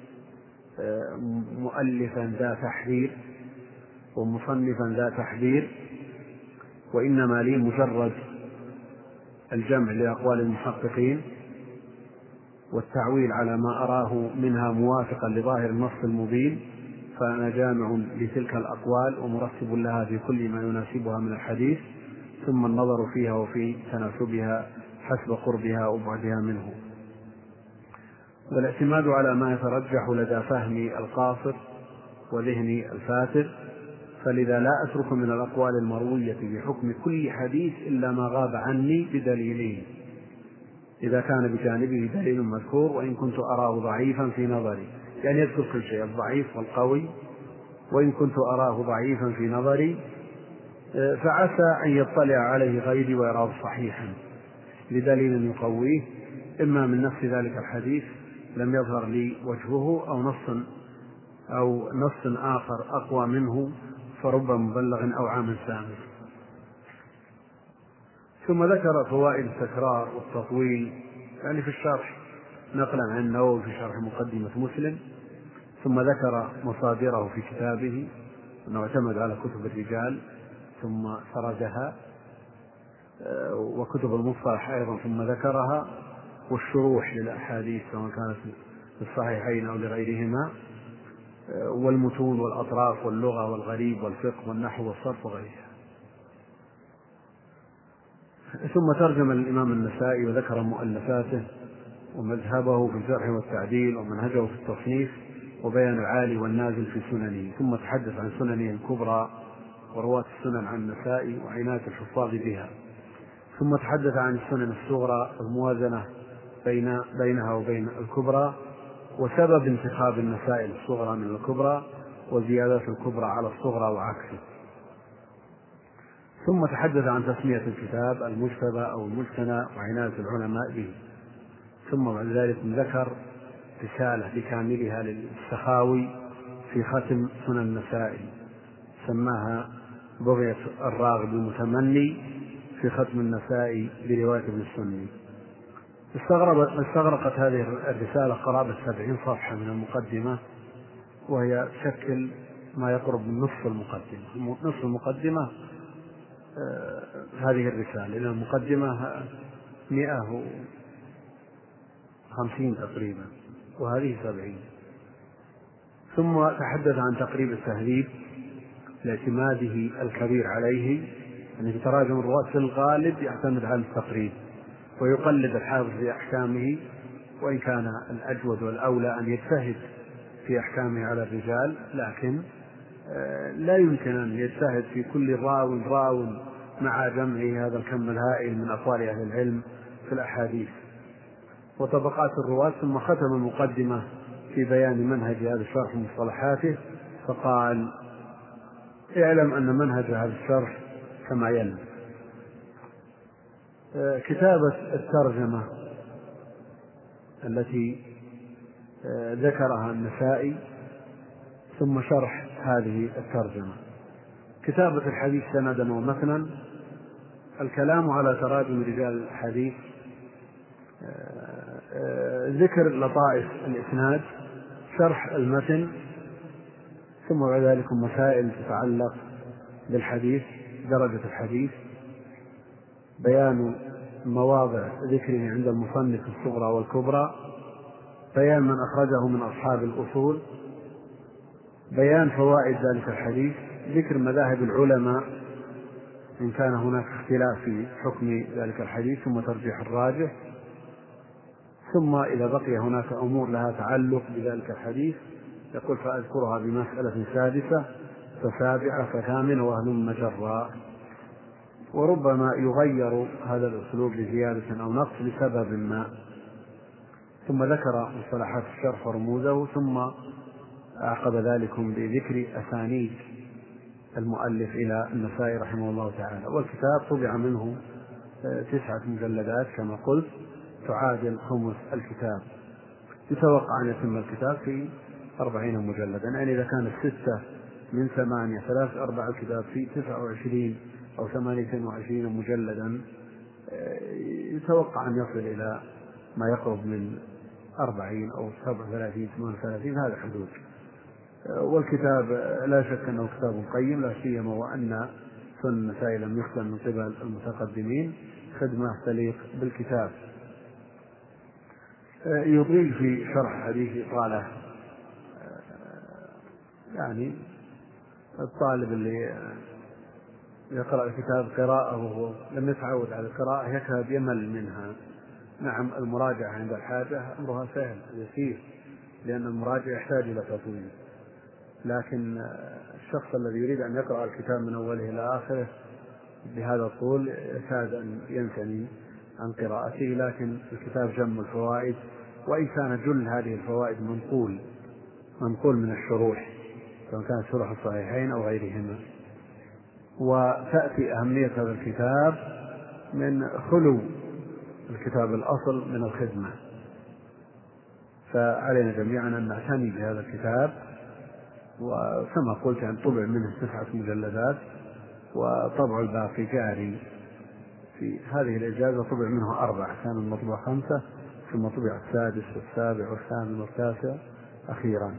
مؤلفا ذا تحرير ومصنفا ذا تحذير، وإنما لي مجرد الجمع لأقوال المحققين والتعويل على ما أراه منها موافقا لظاهر النص المبين، فأنا جامع لتلك الأقوال ومرتب لها في كل ما يناسبها من الحديث، ثم النظر فيها وفي تناسبها حسب قربها وبعدها منه، والاعتماد على ما يترجح لدى فهمي القاصر وذهني الفاتر. فلذا لا أترك من الأقوال المروية بحكم كل حديث إلا ما غاب عني بدليله، إذا كان بجانبه دليل مذكور، وإن كنت أراه ضعيفا في نظري، يعني يذكر كل شيء، الضعيف والقوي، وإن كنت أراه ضعيفا في نظري فعسى أن يطلع عليه غيري ويراه صحيحا بدليل يقويه، إما من نفس ذلك الحديث لم يظهر لي وجهه، أو نص أو نص آخر أقوى منه فرب مبلغ أو عام سامر. ثم ذكر فوائد التكرار والتطويل، يعني في الشرح نقلا عن النووي في شرح مقدمة مسلم. ثم ذكر مصادره في كتابه أنه اعتمد على كتب الرجال ثم سردها، وكتب المصطلح أيضا ثم ذكرها، والشروح للأحاديث سواء كانت في الصحيحين أو لغيرهما، والمتون والأطراف واللغة والغريب والفقه والنحو والصرف وغيرها. ثم ترجم الإمام النسائي وذكر مؤلفاته ومذهبه في الجرح والتعديل ومنهجه في التصنيف وبيان العالي والنازل في سننه. ثم تحدث عن سننه الكبرى ورواة السنن عن النسائي وعناية الحفاظ بها. ثم تحدث عن السنن الصغرى والموازنة بين بينها وبين الكبرى، وسبب انتخاب النسائي الصغرى من الكبرى، وزيادات الكبرى على الصغرى وعكسه. ثم تحدث عن تسمية الكتاب المجتبى أو المجتنى وعناية العلماء به. ثم بعد ذلك ذكر رسالة بكاملها للسخاوي في ختم سنن النسائي، سماها بغية الراغب المتمني في ختم النسائي برواية ابن السني. استغرقت هذه الرسالة قرابة سبعين صفحة من المقدمة، وهي تشكل ما يقرب من نصف المقدمة. نصف المقدمة هذه الرسالة، لأن المقدمة مئة وخمسين تقريبا وهذه سبعين. ثم تحدث عن تقريب التهذيب لاعتماده الكبير عليه، أن في تراجم الرواة في الغالب يعتمد على التقريب ويقلد الحافظ في أحكامه، وإن كان الأجود والأولى أن يجتهد في أحكامه على الرجال، لكن لا يمكن أن يجتهد في كل راو راو مع جمع هذا الكم الهائل من أقوال أهل العلم في الأحاديث وطبقات الرواة. ثم ختم المقدمة في بيان منهج هذا الشرح ومصطلحاته، فقال: اعلم أن منهج هذا الشرح كما يلي: كتابة الترجمة التي ذكرها النسائي، ثم شرح هذه الترجمة، كتابة الحديث سندا ومتنا، الكلام على تراجم رجال الحديث، ذكر لطائف الإسناد، شرح المتن، ثم بعد ذلك مسائل تتعلق بالحديث، درجة الحديث، بيان مواضع ذكره عند المصنف الصغرى والكبرى، بيان من أخرجه من أصحاب الأصول، بيان فوائد ذلك الحديث، ذكر مذاهب العلماء إن كان هناك اختلاف في حكم ذلك الحديث، ثم ترجيح الراجح، ثم إذا بقي هناك أمور لها تعلق بذلك الحديث يقول فأذكرها بمسألة سادسة فسابعة فثامنة وهلم جرا. وربما يغير هذا الأسلوب لزيادة أو نقص لسبب ما. ثم ذكر مصطلحات الشرح ورموزه، ثم أعقب ذلكم بذكر أسانيد المؤلف إلى النسائي رحمه الله تعالى. والكتاب طبع منه تسعة مجلدات كما قلت تعادل خمس الكتاب. يتوقع أن يتم الكتاب في أربعين مجلدا، يعني إذا كان الستة من ثمانية ثلاث أربع الكتاب في تسعة وعشرين أو ثمانية وعشرين مجلدا، يتوقع أن يصل إلى ما يقرب من أربعين أو سبع وثلاثين ثمان وثلاثين، هذا حدود. والكتاب لا شك أنه كتاب قيم، لا سيما وأن سنن النسائي لم يخدم من قبل المتقدمين خدمة تليق بالكتاب. يطيل في شرح حديث إطالة، يعني الطالب اللي يقرأ الكتاب قراءة وهو لم يتعود على القراءة يكاد يمل منها. نعم المراجعة عند الحاجة أمرها سهل يسير، لأن المراجع يحتاج إلى تطويل، لكن الشخص الذي يريد أن يقرأ الكتاب من أوله إلى آخره بهذا الطول يكاد أن ينثني عن قراءته. لكن الكتاب جم الفوائد، وإن كان جل هذه الفوائد منقول منقول من الشروح سواء كانت شروح الصحيحين أو غيرهما. وتأتي أهمية هذا الكتاب من خلو الكتاب الأصل من الخدمة، فعلينا جميعا أن نعتني بهذا الكتاب. وكما قلت أن طبع منه تسعة مجلدات، وطبع الباقي جاري. في هذه الإجازة طبع منه أربع، كان المطبوع خمسة، ثم طبع السادس والسابع والثامن والتاسع أخيرا.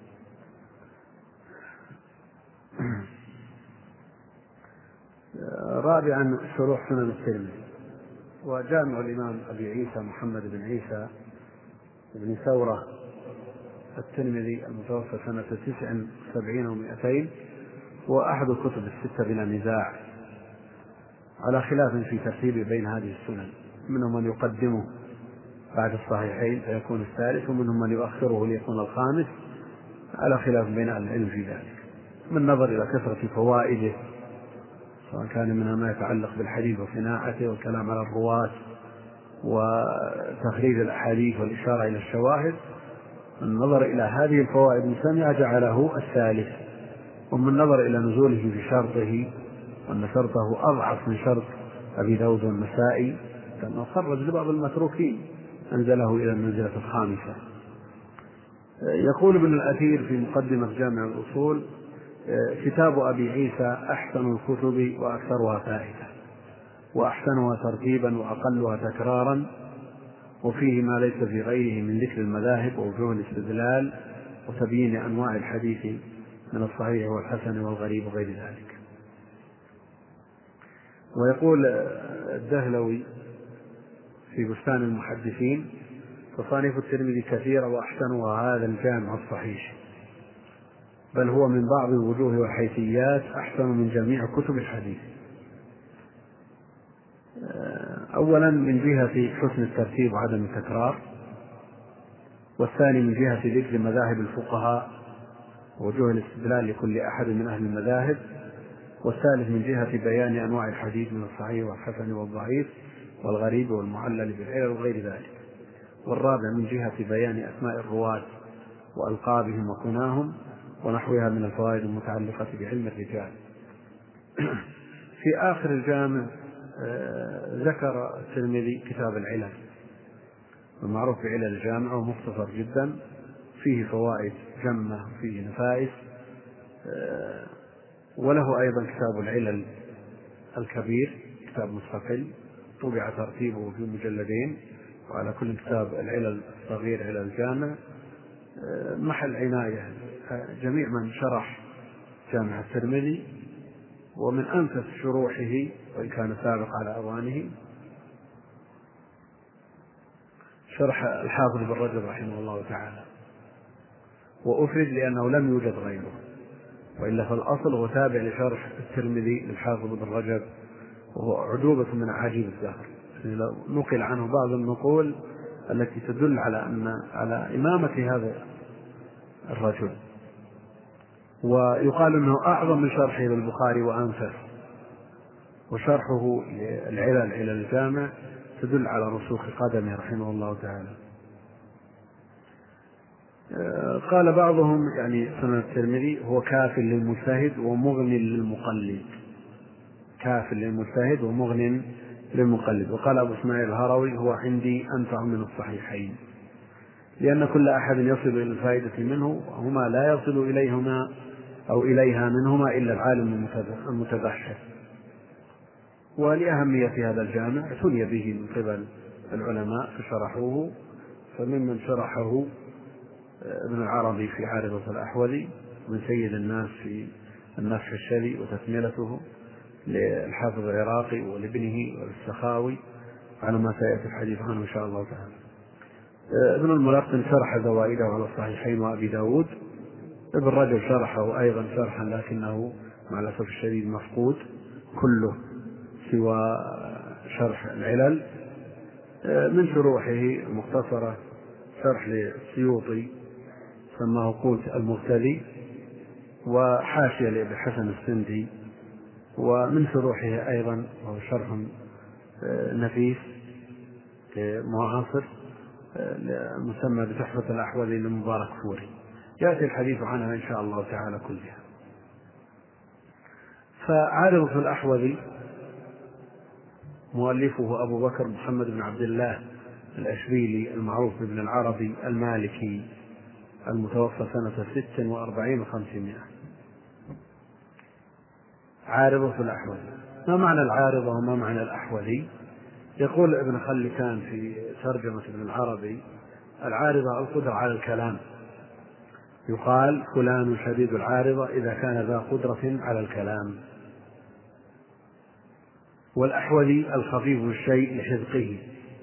رابعا شروح سنن الترمذي. وجامع الإمام أبي عيسى محمد بن عيسى بن ثورة الترمذي المتوفى سنة تسع وسبعين ومائتين هو أحد الكتب الستة بلا نزاع، على خلاف في ترتيب بين هذه السنن، منهم من يقدمه بعد الصحيحين فيكون الثالث، ومنهم من يؤخره ليكون الخامس، على خلاف بين العلم في ذلك، من نظر إلى كثرة فوائده سواء كان منها ما يتعلق بالحديث وصناعته والكلام على الرواة وتخريج الأحاديث والإشارة إلى الشواهد. من نظر إلى هذه الفوائد المسمى جعله الثالث، ومن نظر إلى نزوله في شرطه وأن شرطه أضعف من شرط أبي داود والنسائي لأنه خرج لبعض المتروكين أنزله إلى المنزلة الخامسة. يقول ابن الأثير في مقدمة جامع الأصول: كتاب أبي عيسى أحسن الكتب وأكثرها فائدة، وأحسنها ترتيبا وأقلها تكرارا، وفيه ما ليس في غيره من ذكر المذاهب ووجوه الاستدلال وتبيين أنواع الحديث من الصحيح والحسن والغريب وغير ذلك. ويقول الدهلوي في بستان المحدثين: تصانيف الترمذي كثيرة وأحسنها هذا الجامع الصحيح، بل هو من بعض الوجوه والحيثيات أحسن من جميع كتب الحديث. أولا من جهة حسن الترتيب وعدم التكرار، والثاني من جهة ذكر مذاهب الفقهاء ووجوه الاستدلال لكل أحد من أهل المذاهب، والثالث من جهة بيان أنواع الحديث من الصحيح والحسن والضعيف والغريب والمعلل بالعلل وغير ذلك، والرابع من جهة بيان أسماء الرواة وألقابهم وكناهم ونحوها من الفوائد المتعلقة بعلم الرجال. في آخر الجامع ذكر الترمذي كتاب العلل المعروف بعلل الجامع، ومختصر جدا فيه فوائد جمة وفيه نفائس. وله أيضا كتاب العلل الكبير، كتاب مستقل طبع ترتيبه في مجلدين، وعلى كل كتاب العلل الصغير علل الجامع محل عناية جميع من شرح جامع الترمذي. ومن أنفس شروحه وإن كان سابق على أوانه شرح الحافظ بن رجب رحمه الله تعالى، وأفرد لأنه لم يوجد غيره، وإلا فالأصل هو تابع لشرح الترمذي للحافظ بن رجب، وهو عجوبة من عجيب الدهر. يعني لو نقل عنه بعض النقول التي تدل على أن على إمامة هذا الرجل، ويقال أنه أعظم من شرحه للبخاري وأنفس، وشرحه للعلل علل الجامع تدل على رسوخ قدمه رحمه الله تعالى. قال بعضهم يعني سنن الترمذي هو كاف للمجتهد ومغن للمقلد، كاف للمجتهد ومغن للمقلد. وقال أبو إسماعيل الهروي هو عندي أنفع من الصحيحين، لأن كل أحد يصل إلى الفائدة منه، وهما لا يصل إليهما أو إليها منهما إلا العالم المتبحر. ولأهمية هذا الجامع ثني به من قبل العلماء فشرحوه، فممن شرحه ابن العربي في عارضة الأحوذي، من سيد الناس في النفح الشذي وتكملته للحافظ العراقي ولابنه وللسخاوي على ما سيأتي الحديث عنه إن شاء الله تعالى. ابن الملقن شرح زوائده على الصحيحين وأبي داود. ابن رجب شرحه أيضا شرحا لكنه مع الأسف الشديد مفقود كله سوى شرح العلل. من شروحه المختصرة شرح للسيوطي سماه قوت المرتدي، وحاشية لابن حسن السندي. ومن شروحه أيضا وهو شرح نفيس معاصر مسمى بتحفة الأحوذي لمبارك فوري، يأتي الحديث عنها إن شاء الله تعالى كلها. فعارضة الأحوذي مؤلفه أبو بكر محمد بن عبد الله الأشبيلي المعروف بابن العربي المالكي المتوفى سنة ست وأربعين وخمسمائة. عارضة الأحوذي، ما معنى العارضة وما معنى الأحوذي؟ يقول ابن خلكان في ترجمة ابن العربي: العارضة القدرة على الكلام، يقال فلان شديد العارضة إذا كان ذا قدرة على الكلام. والأحوذي الخفيف الشيء لحذقه.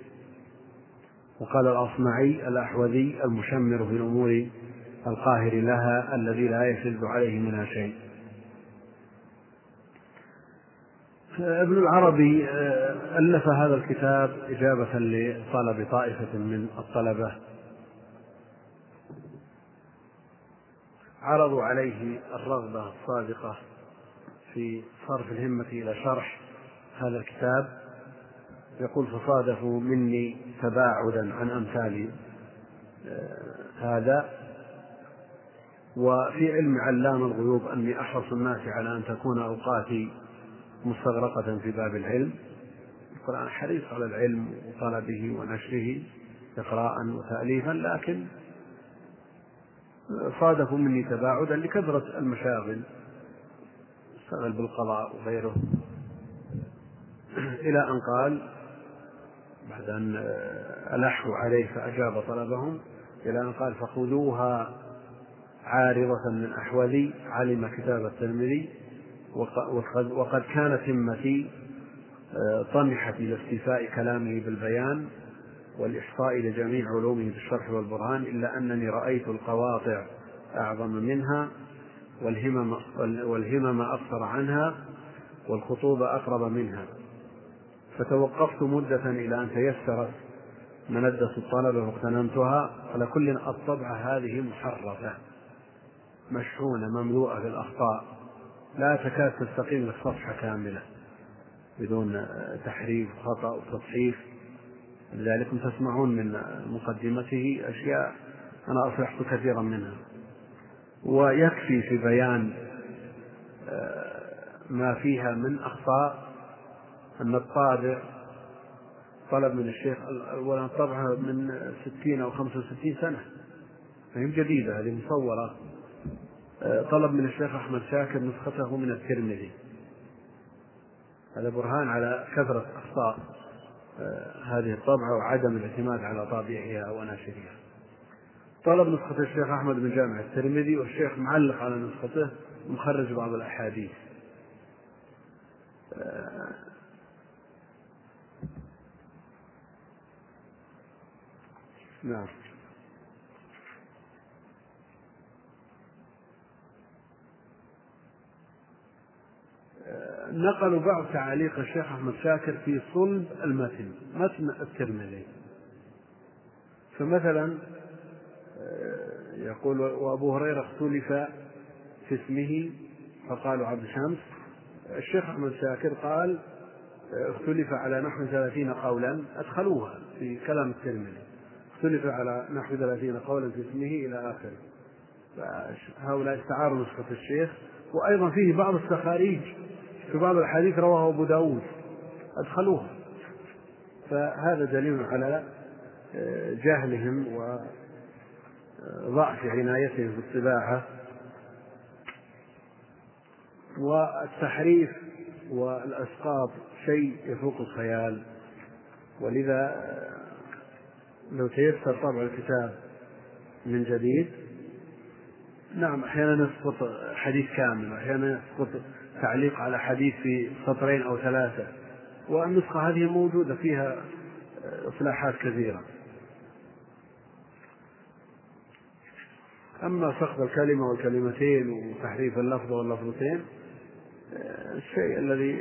وقال الأصمعي: الأحوذي المشمر في الأمور القاهر لها الذي لا يشد عليه منها شيء. ابن العربي ألف هذا الكتاب إجابة لطلب طائفة من الطلبة عرضوا عليه الرغبة الصادقة في صرف الهمة إلى شرح هذا الكتاب. يقول: فصادفوا مني تباعدا عن أمثال هذا، وفي علم علام الغيوب أني أحرص الناس على أن تكون أوقاتي مستغرقة في باب العلم. القرآن حريص على العلم وطلبه ونشره إقراء وتأليفا، لكن صادفوا مني تباعدا لكثرة المشاغل، اشتغل بالقضاء وغيره، إلى أن قال بعد أن ألحوا عليه فأجاب طلبهم، إلى أن قال: فخذوها عارضة من أحوذي علم كتاب الترمذي، وقد كانت همتي طمحت إلى استيفاء كلامه بالبيان والإحصاء لجميع علومه بالشرح والبرهان، إلا أنني رأيت القواطع أعظم منها والهمم, والهمم أقصر عنها والخطوب أقرب منها، فتوقفت مدة إلى أن تيسرت مندة الطلبة واغتنمتها. على كل الطبعة هذه محرفة مشحونة مملوءة بالأخطاء، لا تكاد تستقيم لك صفحة كاملة بدون تحريف خطأ وتصحيف. لذلك تسمعون من مقدمته أشياء أنا أصلحت كثيرا منها. ويكفي في بيان ما فيها من أخطاء أن الطابع طلب من الشيخ أولا طبعها من ستين أو خمسة وستين سنة، فهي جديدة، هذه مصورة. طلب من الشيخ أحمد شاكر نسخته من الترمذي، هذا برهان على كثرة أخطاء هذه الطبعة وعدم الاعتماد على طابعها وناشرها. طلب نسخة الشيخ أحمد من جامع الترمذي، والشيخ معلق على نسخته ومخرج بعض الأحاديث. نعم. نقلوا بعض تعاليق الشيخ أحمد شاكر في صلب المتن، متن الترمذي. فمثلا يقول: وأبو هريرة اختلف في اسمه فقالوا عبد شمس. الشيخ أحمد شاكر قال: اختلف على نحو ثلاثين قولا، أدخلوها في كلام الترمذي، اختلف على نحو ثلاثين قولا في اسمه إلى آخره. فهؤلاء استعاروا نسخة الشيخ. وأيضا فيه بعض التخاريج في بعض الحديث رواه أبو داود، أدخلوها. فهذا دليل على جهلهم وضعف عنايتهم في الطباعة. والتحريف والأسقاط شيء يفوق الخيال، ولذا لو تيسر طبع الكتاب من جديد، نعم أحيانا يسقط حديث كامل، وأحيانا يسقط تعليق على حديث في سطرين أو ثلاثة، والنسخة هذه موجودة فيها إصلاحات كثيرة. أما سقط الكلمة والكلمتين وتحريف اللفظ واللفظتين، الشيء الذي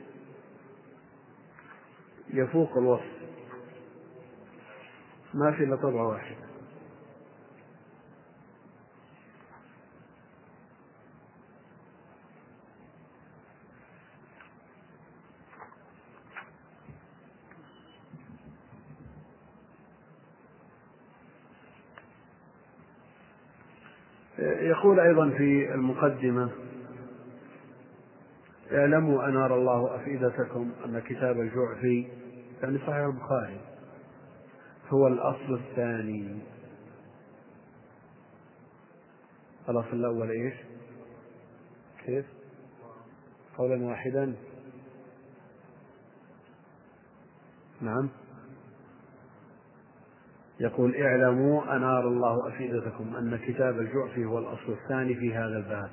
يفوق الوصف، ما في إلا طبع واحد. يقول أيضا في المقدمة: اعلموا أنار الله أفئدتكم أن كتاب الجعفي، يعني صحيح البخاري، هو الأصل الثاني. الأصل الأول إيش؟ كيف؟ قولا واحدا. نعم. يقول: اعلموا أنار الله أفئدتكم أن كتاب الجعفي هو الأصل الثاني في هذا الباب،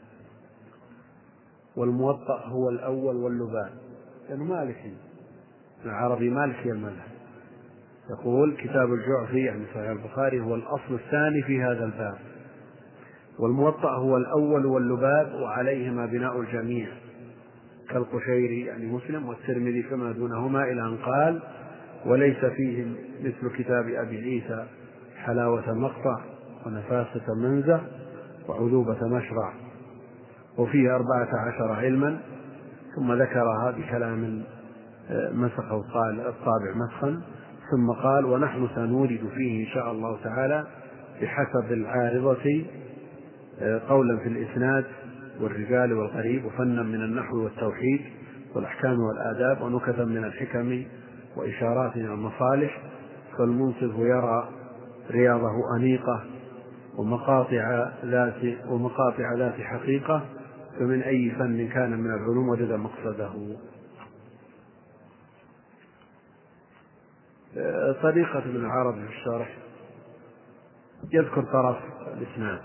والموطأ هو الأول واللبان. لأنه يعني مالكي، العربي مالكي المذهب. يقول: كتاب الجعفي يعني صحيح البخاري هو الأصل الثاني في هذا الباب، والموطأ هو الأول واللباب، وعليهما بناء الجميع، كالقشيري يعني مسلم والترمذي فما دونهما، إلى أن قال: وليس فيهم مثل كتاب أبي عيسى حلاوة مقطع ونفاسة منزة وعذوبة مشرع، وفيه أربعة عشر علما. ثم ذكرها بكلام مسخه الطابع مسخا، ثم قال: ونحن سنورد فيه إن شاء الله تعالى بحسب العارضة قولا في الإسناد والرجال والغريب، وفنا من النحو والتوحيد والأحكام والآداب، ونكتا من الحكم وإشارات إلى المصالح. فالمنصف يرى رياضه أنيقة ومقاطع ذات ومقاطع ذات حقيقة، فمن أي فن كان من العلوم وجد مقصده. طريقة ابن العربي في الشرح يذكر طرف الإسناد،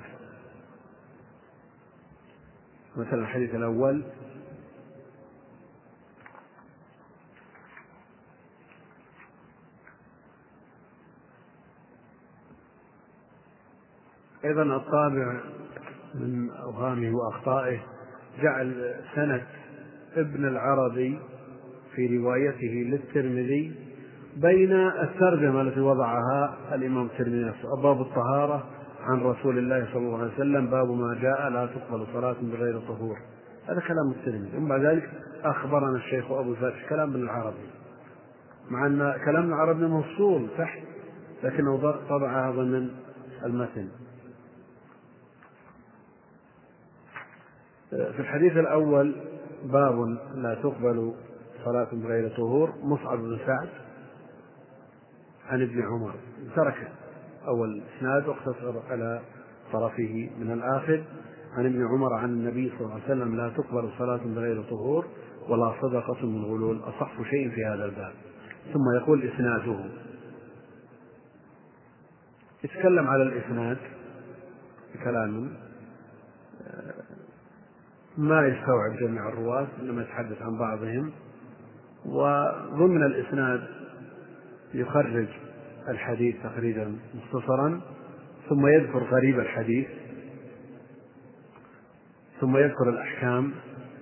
مثلا الحديث الأول: أيضا الطابع من أوهامه وأخطائه جعل سند ابن العربي في روايته للترمذي بين الترجمة التي وضعها الإمام الترمذي: باب الطهارة عن رسول الله صلى الله عليه وسلم، باب ما جاء لا تقبل صلاة بغير طهور. هذا كلام الترمذي. ثم بعد ذلك أخبرنا الشيخ أبو الفتح كلام ابن العربي، مع أن كلام ابن العربي مفصول تحت، لكنه طبع ضمن المتن. في الحديث الأول: باب لا تقبل صلاة بغير طهور، مصعب بن سعد عن ابن عمر، ترك أول إسناد واقتصر على طرفه من الآخر: عن ابن عمر عن النبي صلى الله عليه وسلم لا تقبل صلاة بغير طهور ولا صدقة من غلول، أصح شيء في هذا الباب. ثم يقول: إسناده. يتكلم على الإسناد بكلام ما يستوعب جميع الرواة، إنما يتحدث عن بعضهم. وضمن الإسناد يخرج الحديث تخريجا مختصرا، ثم يذكر غريب الحديث، ثم يذكر الأحكام،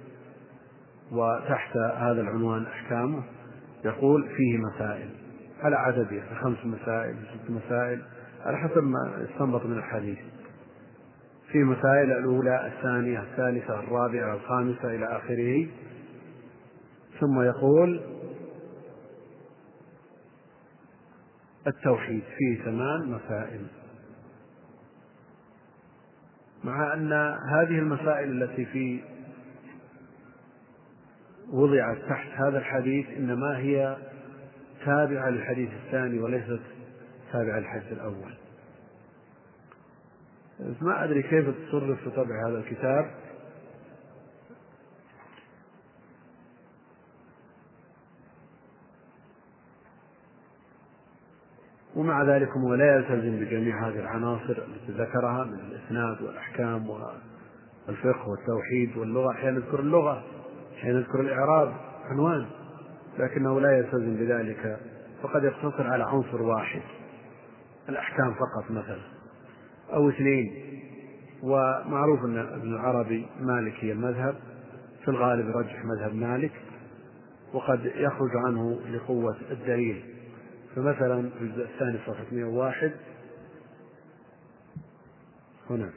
وتحت هذا العنوان أحكامه يقول فيه مسائل على عددها، خمس مسائل ست مسائل على حسب ما يستنبط من الحديث. في مسائل الأولى الثانية الثالثة الرابعة الخامسة إلى آخره. ثم يقول التوحيد فيه ثمان مسائل، مع أن هذه المسائل التي في وضعت تحت هذا الحديث إنما هي تابعة للحديث الثاني وليست تابعة للحديث الأول. ما أدري كيف تصرف في طبع هذا الكتاب، ومع ذلك هو لا يلتزم بجميع هذه العناصر التي ذكرها من الإسناد والأحكام والفقه والتوحيد واللغة. أحيانا يذكر اللغة، أحيانا يذكر الإعراب عنوان، لكنه لا يلتزم بذلك، فقد يقتصر على عنصر واحد، الأحكام فقط مثلا، أو اثنين. ومعروف أن ابن العربي مالكي المذهب، في الغالب يرجح مذهب مالك، وقد يخرج عنه لقوة الدليل. فمثلا في الجزء الثاني صفحة مئة وواحد هنا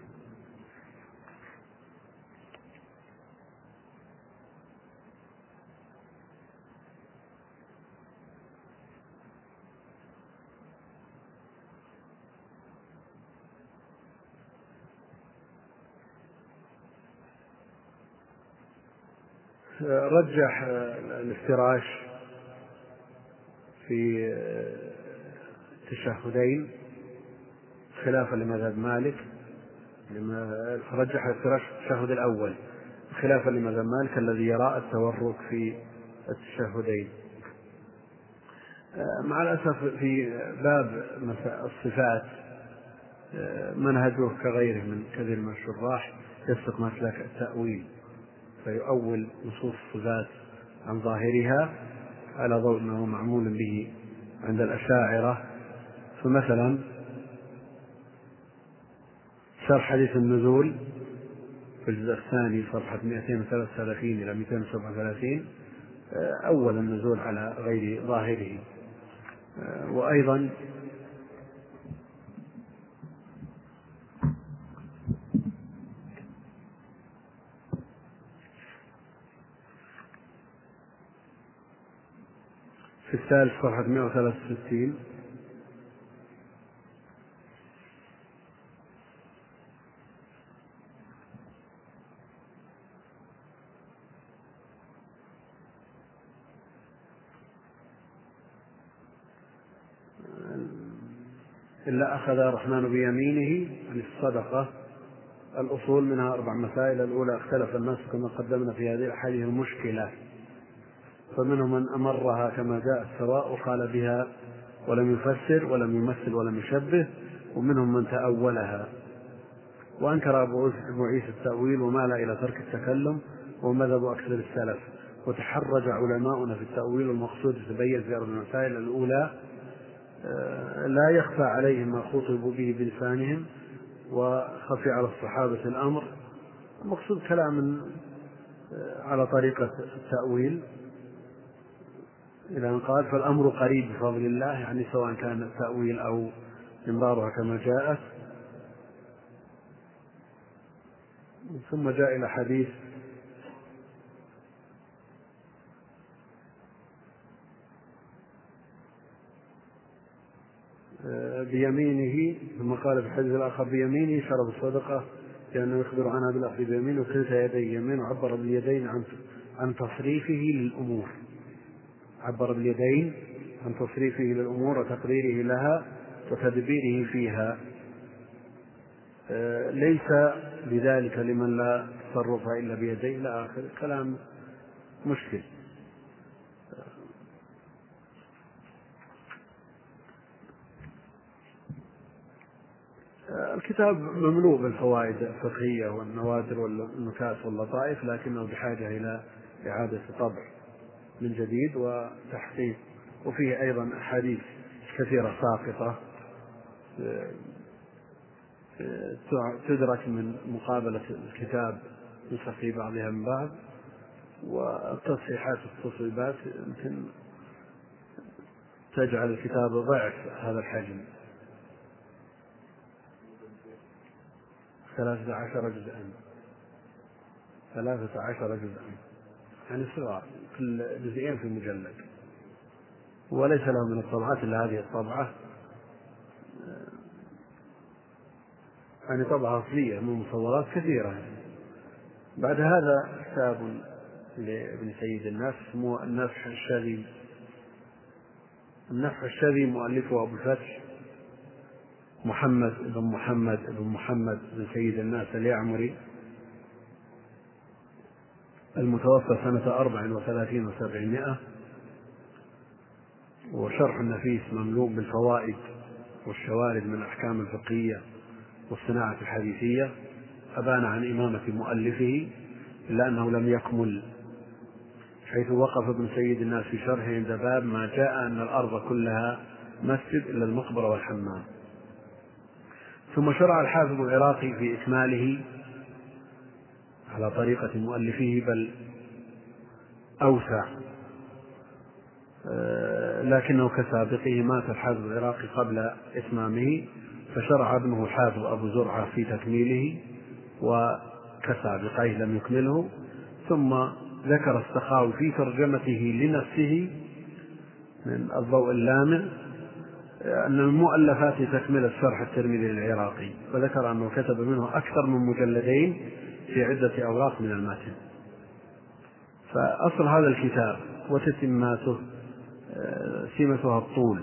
رجح الافتراش في التشهدين خلافا لمذهب مالك، رجح الافتراش في التشهد الأول خلافا لمذهب مالك الذي يرى التورك في التشهدين. مع الأسف في باب الصفات منهجه كغيره من كثير من الشراح يسلك مسلك التأويل، فيؤول نصوص الصفات عن ظاهرها على ضوء أنه معمول به عند الأشاعرة. فمثلا شرح حديث النزول في الجزء الثاني صفحة مئتين وثلاثة وثلاثين إلى مئتين وسبعة وثلاثين أول النزول على غير ظاهره. وأيضا في الثالث صفحة مئة وثلاثة وستين إلا أخذ الرحمن بيمينه عن الصدقة. الأصول منها أربع مسائل. الأولى اختلف الناس كما قدمنا في هذه الأحاديث المشكلة، فمنهم من أمرها كما جاء سواء وقال بها ولم يفسر ولم يمثل ولم يشبه، ومنهم من تأولها وأنكر أبو عيسى التأويل ومال إلى ترك التكلم، ومذهب أكثر السلف. وتحرج علماؤنا في التأويل، والمقصود يتبين في أربع مسائل. الأولى لا يخفى عليهم ما خطبوا به بلسانهم وخفي على الصحابة الأمر. المقصود كلام على طريقة التأويل إلى أن قال فالأمر قريب بفضل الله، يعني سواء كان التأويل أو إمرارها كما جاءت. ثم جاء إلى حديث بيمينه، ثم قال في الحديث الآخر بيمينه شرب الصدقة لأنه يخبر عنها بالأخذ بيمينه وكلتا يديه يمين. وعبر باليدين عن عن تصريفه للأمور، عبر باليدين عن تصريفه للأمور وتقريره لها وتدبيره فيها، ليس بذلك لمن لا تصرف إلا بيديه إلى آخر كلام مشكل. الكتاب مملوء بالفوائد الفقهية والنوادر والنكات واللطائف، لكنه بحاجة إلى إعادة طبع من جديد وتحقيق. وفيه أيضا أحاديث كثيرة ساقطة تدرك من مقابلة الكتاب نسخ في بعضها من بعض، والتصحيحات والتصويبات يمكن تجعل الكتاب ضعف هذا الحجم. ثلاثة عشر جزءا ثلاثة عشر جزءا يعني صغار، كل جزئين في مجلد، وليس له من الطبعات إلا هذه الطبعة، يعني طبعة أصلية من مصورات كثيرة. بعد هذا كتاب لابن سيد الناس اسمه النفح الشاذي. النفح الشاذي مؤلفه أبو الفتح محمد بن محمد بن محمد بن سيد الناس اليعمري، المتوفى سنة أربع وثلاثين وسبعمائة، وشرح النفيس مملوء بالفوائد والشوارد من الأحكام الفقهية والصناعة الحديثية. أبان عن إمامة مؤلفه إلا أنه لم يكمل، حيث وقف ابن سيد الناس في شرحه عند باب ما جاء أن الأرض كلها مسجد إلا المقبرة والحمام. ثم شرع الحافظ العراقي في إكماله على طريقة مؤلفه بل أوسع، لكنه كسابقه مات الحافظ العراقي قبل إتمامه، فشرع ابنه الحافظ أبو زرعة في تكميله وكسابقيه لم يكمله. ثم ذكر السخاوي في ترجمته لنفسه من الضوء اللامع أن من مؤلفات تكملة شرح الترمذي العراقي، وذكر أنه كتب منه أكثر من مجلدين في عدة أوراق من المتن. فأصل هذا الكتاب وتتماته سمتها الطول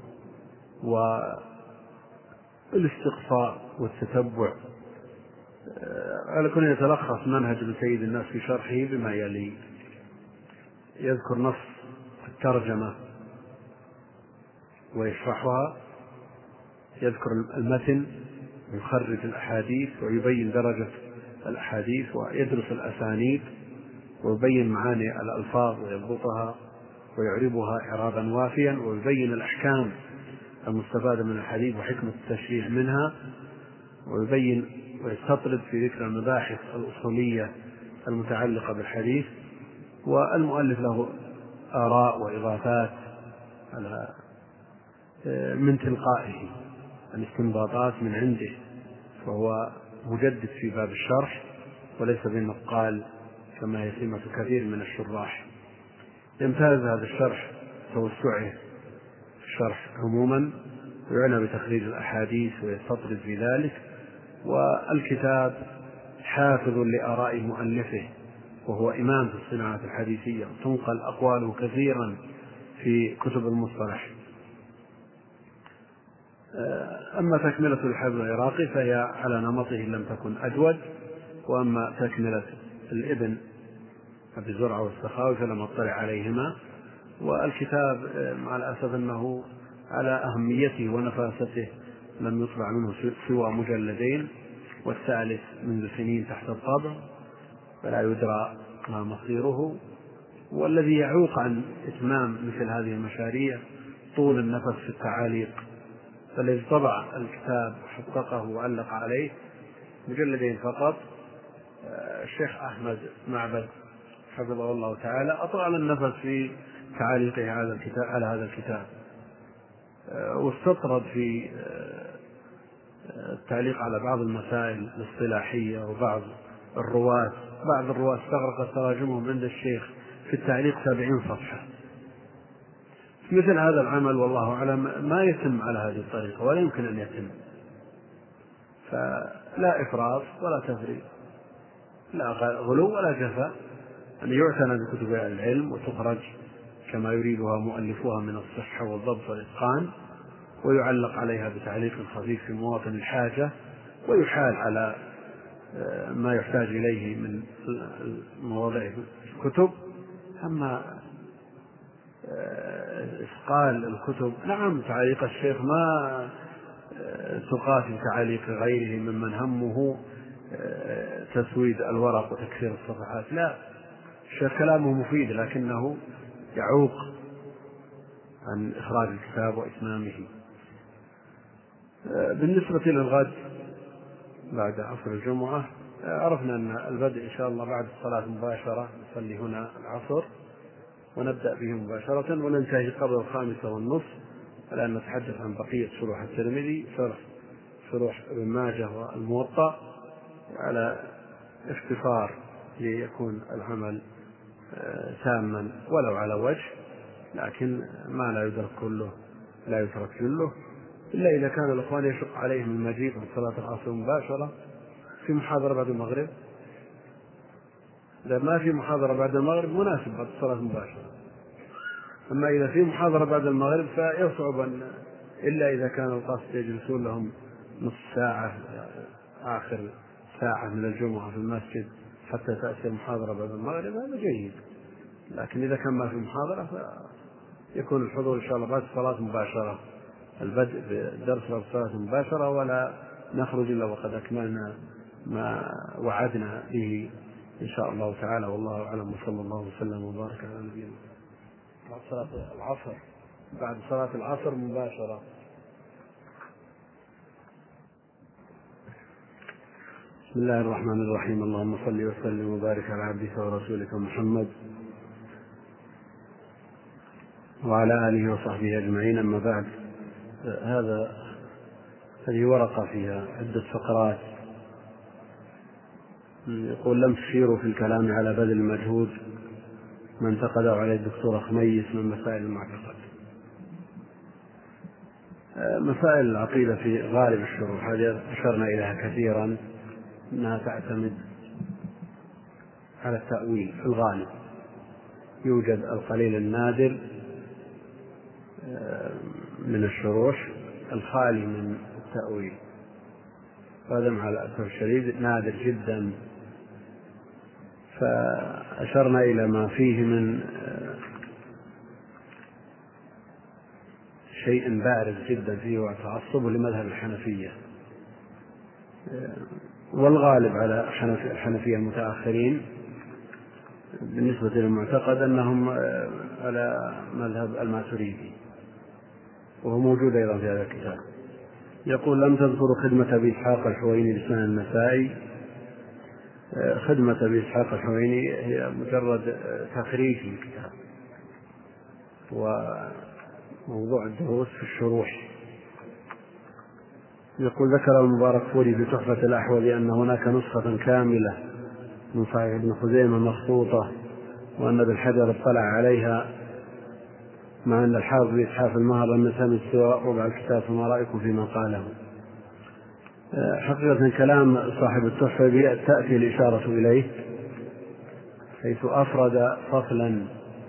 والاستقصاء والتتبع، على كل يتلخص منهج ابن سيد الناس في شرحه بما يلي: يذكر نص الترجمة ويشرحها، يذكر المتن ويخرج الأحاديث ويبين درجة الأحاديث ويدرس الأسانيد ويبين معاني الألفاظ ويضبطها ويعربها إعرابا وافيا، ويبين الأحكام المستفادة من الحديث وحكمة التشريع منها، ويبين ويستطرد في ذكر المباحث الأصولية المتعلقة بالحديث. والمؤلف له آراء وإضافات على من تلقائه، الاستنباطات من عنده، فهو مجدد في باب الشرح وليس بالنقال كما يسمى كثير من الشراح. يمتاز هذا الشرح توسعه الشرح عموما، ويعنى بتخريج الأحاديث ويستطرد في ذلك. والكتاب حافظ لآراء مؤلفه، وهو إمام في الصناعة الحديثية، تنقل أقواله كثيرا في كتب المصطلح. أما تكملة الحافظ العراقي فهي على نمطه لم تكن أجود، وأما تكملة الابن أبي زرعة والسخاوي فلم أطلع عليهما. والكتاب مع الأسف أنه على أهميته ونفاسته لم يطبع منه سوى مجلدين، والثالث منذ سنين تحت الطبع فلا يدرى ما مصيره. والذي يعوق عن إتمام مثل هذه المشاريع طول النفس في التعاليق، فالذي طبع الكتاب وحققه وعلق عليه مجلدين فقط الشيخ أحمد معبد حفظه الله تعالى أطال النفس في تعاليقه على الكتاب على هذا الكتاب، واستطرد في التعليق على بعض المسائل الاصطلاحية وبعض الرواة. بعض الرواة استغرقت تراجمهم عند الشيخ في التعليق سبعين صفحة. مثل هذا العمل والله أعلم ما يتم على هذه الطريقة ولا يمكن أن يتم، فلا إفراط ولا تفريط، لا غلو ولا جفاء، أن يعتنى بكتب العلم وتخرج كما يريدها مؤلفوها من الصحة والضبط والإتقان، ويعلق عليها بتعليق خفيف في مواطن الحاجة، ويحال على ما يحتاج إليه من مواضيع الكتب. أما إثقال الكتب، نعم تعليق الشيخ ما تقاتل تعليق غيره ممن همه تسويد الورق وتكسير الصفحات، لا، الشيخ كلامه مفيد لكنه يعوق عن إخراج الكتاب وإتمامه. بالنسبة للغد بعد عصر الجمعة، عرفنا أن البدء إن شاء الله بعد الصلاة مباشرة، نصلي هنا العصر ونبدأ به مباشرة وننتهي قبل الخامسة والنصف، الآن نتحدث عن بقية شروح الترمذي، شرح شروح ابن ماجه والموطأ على اختصار ليكون العمل تاما ولو على وجه، لكن ما لا يدرك كله لا يترك كله، إلا إذا كان الإخوان يشق عليهم المجيء من صلاة العصر مباشرة في محاضرة بعد المغرب. إذا ما في محاضرة بعد المغرب مناسب بعد الصلاة مباشرة، أما إذا في محاضرة بعد المغرب فيصعب أن إلا إذا كان القصد يجلسون لهم نصف ساعة آخر ساعة من الجمعة في المسجد حتى تأتي المحاضرة بعد المغرب، هذا جيد. لكن إذا كان ما في محاضرة فيكون الحضور إن شاء الله بعد الصلاة مباشرة، البدء بالدرس بعد الصلاة مباشرة، ولا نخرج إلا وقد أكملنا ما وعدنا به إن شاء الله تعالى. والله أعلم، وصلى الله وسلم وبارك على نبينا. بعد صلاة العصر بعد صلاة العصر مباشرة. بسم الله الرحمن الرحيم. اللهم صل وسلم وبارك على عبدك ورسولك محمد وعلى آله وصحبه أجمعين. أما بعد، هذا هذه ورقة فيها عدة فقرات. يقول: لم تشيروا في الكلام على بذل المجهود ما انتقده عليه الدكتور خميس من مسائل المعتقد. مسائل العقيدة في غالب الشروح هذه أشرنا إليها كثيرا أنها تعتمد على التأويل في الغالب. يوجد القليل النادر من الشروح الخالي من التأويل، وهذا مع الأسف الشديد نادر جدا. فأشرنا إلى ما فيه من شيء بارز جدا فيه وتعصبه لمذهب الحنفية، والغالب على الحنفية المتأخرين بالنسبة للمعتقد أنهم على مذهب الماتريدي، وهو موجود أيضا في هذا الكتاب. يقول: لم تذكر خدمة أبي إسحاق الحويني لسنن النسائي. خدمة أبي إسحاق الحويني هي مجرد تخريج للكتاب وموضوع الدروس في الشروح. يقول: ذكر المباركفوري في تحفة الأحوذي أن هناك نسخة كاملة من صحيح ابن خزيمة مخطوطة، وأن ابن حجر اطلع عليها، مع أن الحافظ بإسحاق المهر لم يسمي سوى ربع الكتاب، فما رأيكم فيما قاله؟ حقيقة كلام صاحب التحفة تأتي الإشارة إليه، حيث أفرد فصلا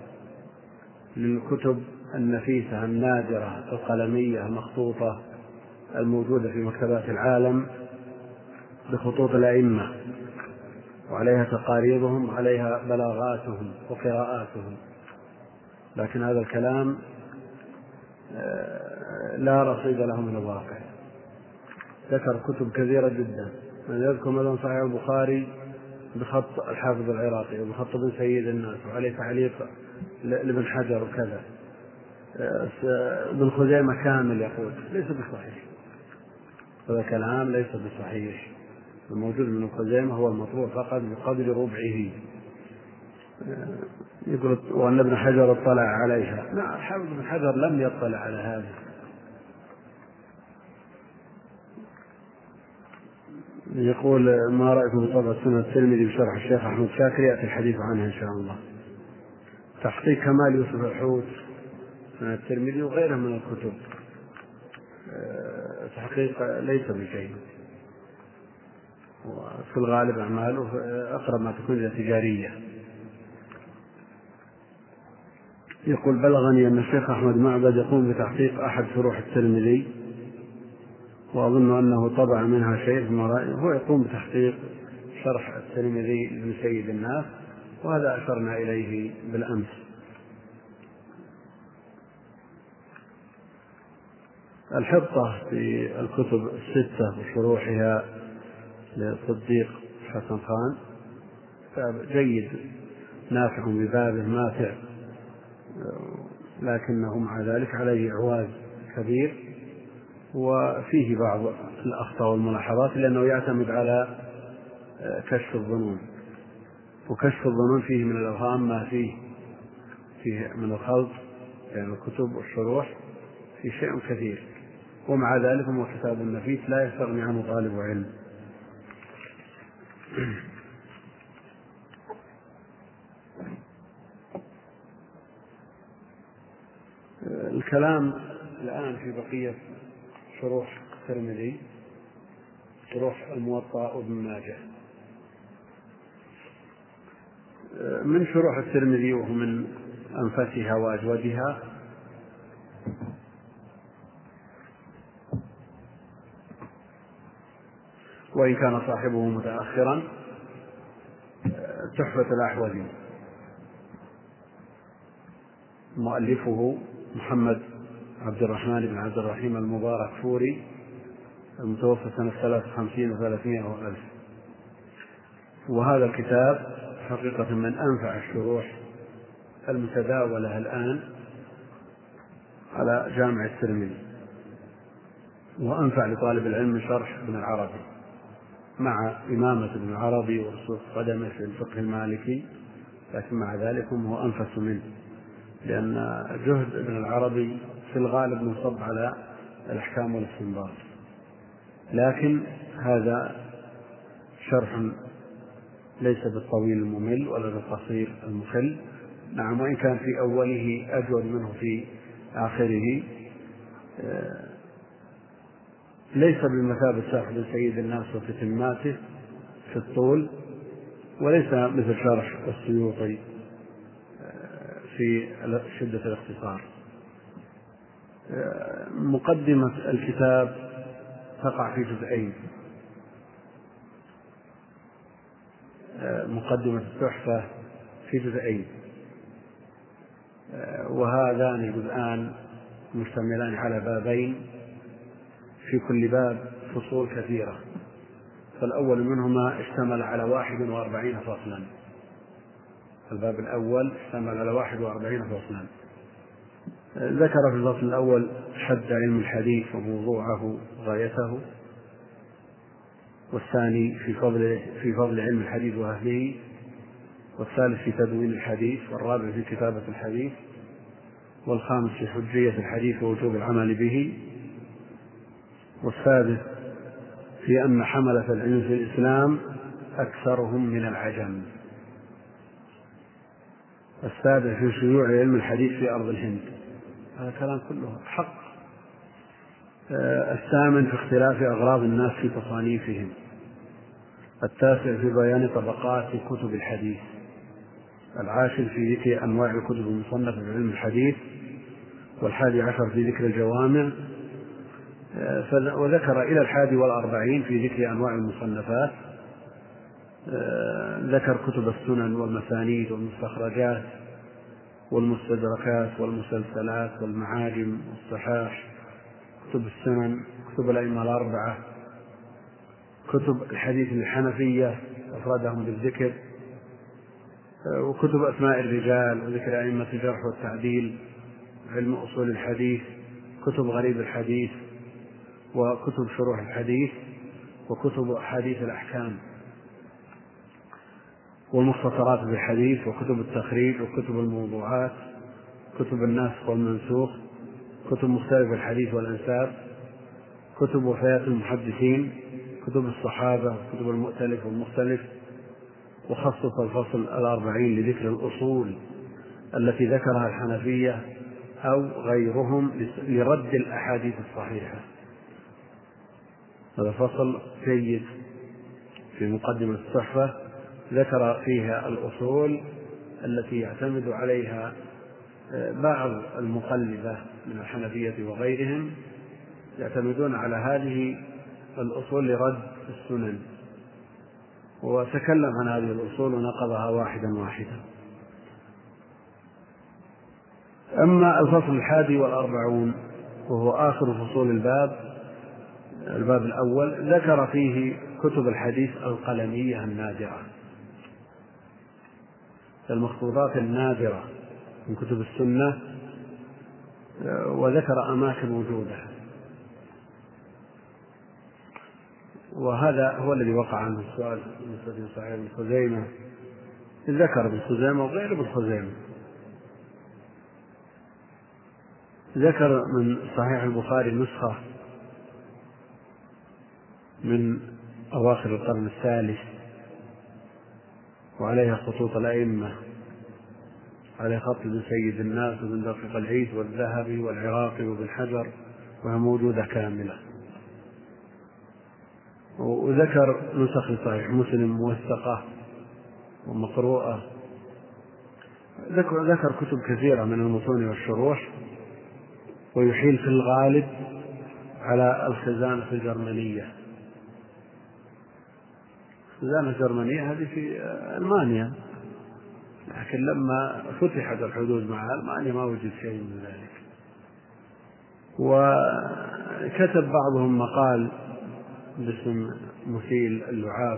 للكتب النفيسة النادرة القلمية المخطوطة الموجودة في مكتبات العالم بخطوط الأئمة، وعليها تقاريرهم وعليها بلاغاتهم وقراءاتهم. لكن هذا الكلام لا رصيد له من الواقع. ذكر كتب كثيرة جدا، من يذكر مثلا صحيح البخاري بخط الحافظ العراقي وبخط ابن سيد الناس وعليه تعليق لابن حجر وكذا. ابن خزيمة كامل يقول ليس بصحيح، هذا كلام ليس بصحيح. الموجود من ابن خزيمة هو المطبوع فقط بقدر ربعه. يقول وأن ابن حجر اطلع عليها. لا، حافظ ابن حجر لم يطلع على هذا. يقول: ما رأيكم بطبع سنة الترمذي بشرح الشيخ أحمد شاكر؟ يأتي الحديث عنها إن شاء الله. تحقيق كمال يوسف الحوت سنة الترمذي وغيرها من الكتب تحقيق ليس بشيء، وفي الغالب أعماله أقرب ما تكون إلى تجارية. يقول: بلغني أن الشيخ أحمد معبد يقوم بتحقيق أحد شروح الترمذي، وأظن أنه طبع منها شيء في مرائه. هو يقوم بتحقيق شرح الترمذي لابن سيد الناس، وهذا أشرنا إليه بالأمس. الحطة في الكتب الستة وشروحها للصديق حسن خان كتاب جيد نافع ببابه ماتع، لكنه مع ذلك عليه إعواز كبير، وفيه بعض الأخطاء والملاحظات، لأنه يعتمد على كشف الظنون، وكشف الظنون فيه من الأوهام ما فيه فيه من الخلط بين يعني الكتب والشروح في شيء كثير، ومع ذلك هو كتاب نفيس لا يستغني عنه طالب علم. الكلام الآن في بقية شروح الترمذي، شروح الموطأ وابن ماجه. من شروح الترمذي وهو من أنفسها وأجودها وإن كان صاحبه متأخرا تحفة الأحوذي، مؤلفه محمد عبد الرحمن بن عبد الرحيم المبارك فوري، المتوفى سنة ثلاث وخمسين وثلاثمائة وألف. وهذا الكتاب حقيقة من أنفع الشروح المتداولة الآن على جامع الترمذي، وأنفع لطالب العلم من شرح ابن العربي، مع إمامة ابن العربي ورسوخ قدمه في الفقه المالكي، لكن مع ذلك هو أنفس منه، لأن جهد ابن العربي في الغالب منصب على الأحكام والاستنباط، لكن هذا شرح ليس بالطويل الممل ولا بالقصير المخل. نعم، وإن كان في أوله أجود منه في آخره، ليس بمثابة صاحب سيد الناس وتتماته في الطول، وليس مثل شرح السيوطي في شدة الاختصار. مقدمة الكتاب تقع في جزئين، مقدمة التحفة في جزئين، وهذان الجزءان مشتملان على بابين، في كل باب فصول كثيرة. فالأول منهما اشتمل على واحد وأربعين فصلا، الباب الأول اشتمل على واحد وأربعين فصلا. ذكر في الفصل الأول حد علم الحديث وموضوعه غايته، والثاني في فضل في فضل علم الحديث وأهله، والثالث في تدوين الحديث، والرابع في كتابة الحديث، والخامس في حجية الحديث ووجوب العمل به، والسادس في أن حملة العلم في الإسلام أكثرهم من العجم، السابع في شيوع علم الحديث في أرض الهند. هذا كلام كله حق. الثامن في اختلاف أغراض الناس في تصانيفهم. التاسع في بيان طبقات كتب الحديث. العاشر في ذكر أنواع الكتب المصنفة في علم الحديث. والحادي عشر في ذكر الجوامع، وذكر إلى الحادي والأربعين في ذكر أنواع المصنفات. ذكر كتب السنن والمسانيد والمستخرجات والمستدركات والمسلسلات والمعاجم والصحاح، كتب السنن، كتب الأئمة الأربعة، كتب الحديث الحنفية أفردهم بالذكر، وكتب أسماء الرجال وذكر أئمة الجرح والتعديل، علم أصول الحديث، كتب غريب الحديث، وكتب شروح الحديث، وكتب أحاديث الأحكام، والمختصرات بالحديث، وكتب التخريج، وكتب الموضوعات، كتب الناسخ والمنسوخ، كتب مختلف الحديث والأنساب، كتب وفيات المحدثين، كتب الصحابة، وكتب المؤتلف والمختلف. وخصص الفصل الأربعين لذكر الأصول التي ذكرها الحنفية أو غيرهم لرد الأحاديث الصحيحة. هذا فصل جيد في مقدمة التحفة، ذكر فيها الأصول التي يعتمد عليها بعض المقلدة من الحنفية وغيرهم، يعتمدون على هذه الأصول لرد السنن، وتكلم عن هذه الأصول ونقضها واحدا واحدا. أما الفصل الحادي والأربعون وهو آخر فصول الباب، الباب الأول، ذكر فيه كتب الحديث القلمية النادرة، المخطوطات النادرة من كتب السنة وذكر أماكن وجودها، وهذا هو الذي وقع عنه السؤال من صحيح ابن خزيمة، ذكر ابن خزيمة وغير ابن خزيمة. ذكر من صحيح البخاري نسخة من أواخر القرن الثالث وعليها خطوط الأئمة، على خط ابن سيد الناس وابن دقيق العيد والذهبي والعراقي وابن حجر، وهي موجودة كاملة. وذكر نسخ صحيح مسلم موثقة ومقروءة. ذكر, ذكر كتب كثيرة من المتون والشروح، ويحيل في الغالب على الخزانة الجرمانية. الخزانة الجرمانية هذه في ألمانيا، لكن لما فتحت الحدود مع ألمانيا ما وجد شيء من ذلك. وكتب بعضهم مقال باسم مثيل اللعاب،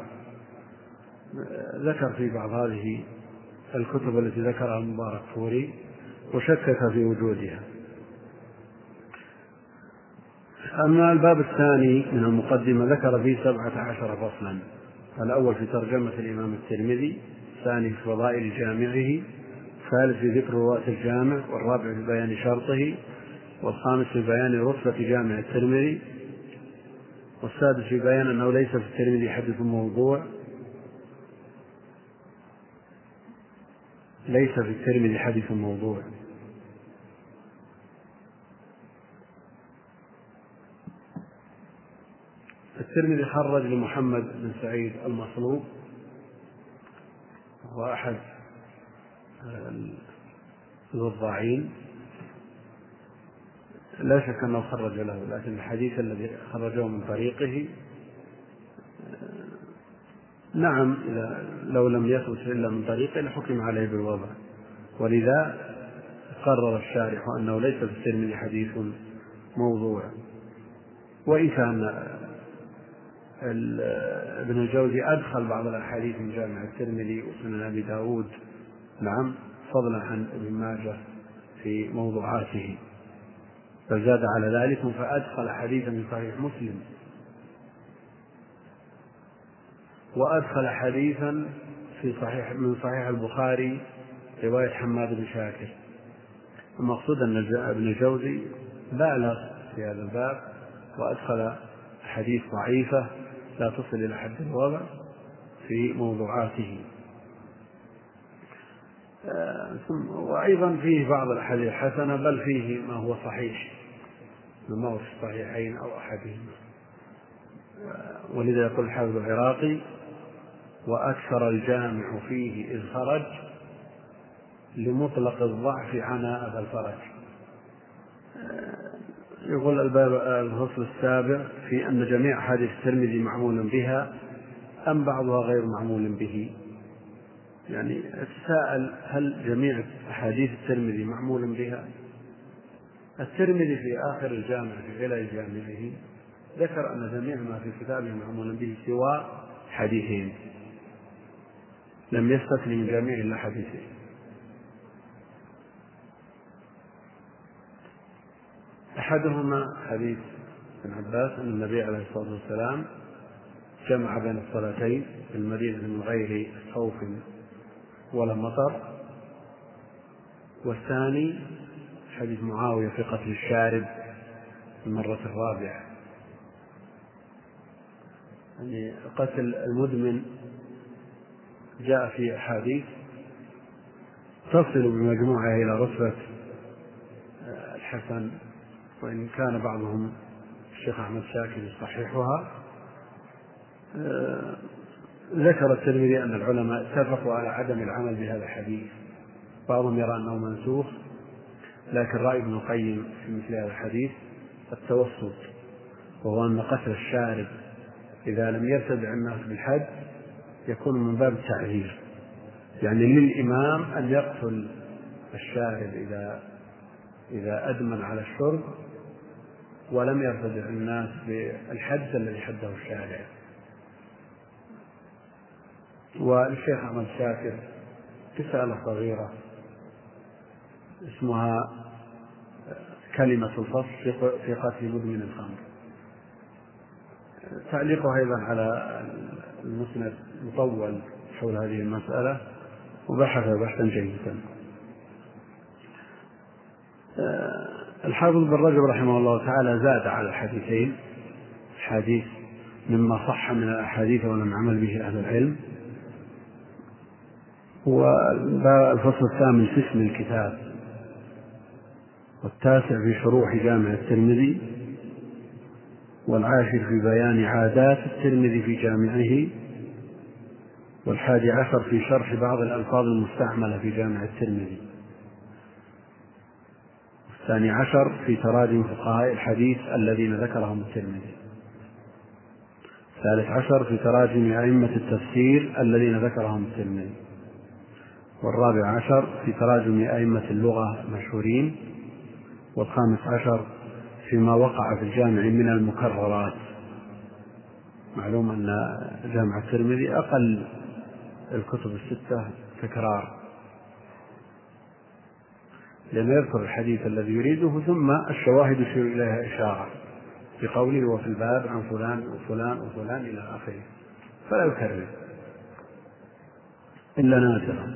ذكر في بعض هذه الكتب التي ذكرها المبارك فوري وشكك في وجودها. أما الباب الثاني من المقدمة ذكر فيه سبعة عشر فصلا: الأول في ترجمة الإمام الترمذي، الثاني في فضائل جامعه، الثالث في ذكر رواة الجامع، والرابع في بيان شرطه، والخامس في بيان رتبة جامع الترمذي، والسادس في بيان أنه ليس في الترمذي حديث موضوع، ليس في الترمذي حديث موضوع. الترمذي خرج لمحمد بن سعيد المصلوب، وهو أحد الوضاعين، لا شك أنه خرج له، لكن الحديث الذي خرجه من طريقه نعم إذا لو لم يثبت إلا من طريقه لحكم عليه بالوضع، ولذا قرر الشارح أنه ليس في الترمذي حديث موضوع. وإن كان ابن الجوزي أدخل بعض الأحاديث من جامع الترمذي وسنن أبي داود، نعم، فضلا عن ابن ماجه في موضوعاته، فزاد على ذلك فأدخل حديثا من صحيح مسلم، وأدخل حديثا في صحيح من صحيح البخاري رواية حماد بن شاكر. المقصود أن ابن الجوزي بالغ في هذا الباب وأدخل حديث ضعيفة لا تصل إلى حد الوضع في موضوعاته. وأيضا فيه بعض الأحاديث الحسنة، بل فيه ما هو صحيح مما هو في الصحيحين أو أحدهما. ولذا يقول الحافظ العراقي: وأكثر الجامع فيه إذ خرج لمطلق الضعف عناء أبا الفرج. يقول الباب الفصل السابع في أن جميع أحاديث الترمذي معمول بها أم بعضها غير معمول به. يعني تساءل هل جميع أحاديث الترمذي معمول بها؟ الترمذي في آخر الجامع في علل جامعه ذكر أن جميع ما في كتابه معمول به سوى حديثين، لم يستثني من جميع إلا حديثين. أحدهما حديث ابن عباس أن النبي عليه الصلاة والسلام جمع بين الصلاتين في المدينة من غير خوف ولا مطر. والثاني حديث معاوية في قتل الشارب المرة الرابعة، يعني قتل المدمن جاء في أحاديث تصل بمجموعها إلى رتبة الحسن، وإن كان بعضهم الشيخ أحمد شاكر يصححها. ذكر الترمذي أن العلماء اتفقوا على عدم العمل بهذا الحديث، بعضهم يرى أنه منسوخ، لكن رأي ابن القيم في مثل هذا الحديث التوسط، وهو أن قتل الشارب إذا لم يرتدع الناس بالحد يكون من باب التعذير، يعني للإمام أن يقتل الشارب إذا إذا أدمن على الشرب ولم يرتدع الناس بالحد الذي حده الشارع. والشيخ أحمد شاكر رسالة صغيرة اسمها كلمة الفصل في قتل مدمن الخمر. تعليقه أيضا على المسند مطول حول هذه المسألة وبحث بحثا جيدا. الحافظ بن رجب رحمه الله تعالى زاد على الحديثين حديث مما صح من الأحاديث ولم يعمل به أهل العلم. والفصل الثامن في اسم الكتاب، والتاسع في شروح جامع الترمذي، والعاشر في بيان عادات الترمذي في جامعه، والحادي عشر في شرح بعض الألفاظ المستعملة في جامع الترمذي، الثاني عشر في تراجم فقهاء الحديث الذين ذكرهم الترمذي، الثالث عشر في تراجم أئمة التفسير الذين ذكرهم الترمذي، والرابع عشر في تراجم أئمة اللغة المشهورين، والخامس عشر فيما وقع في الجامع من المكررات. معلوم أن جامع الترمذي أقل الكتب الستة تكرار، لأنه يذكر الحديث الذي يريده ثم الشواهد يشير إليها إشارة بقوله وفي الباب عن فلان وفلان وفلان إلى آخره، فلا يكرر إلا نادرا.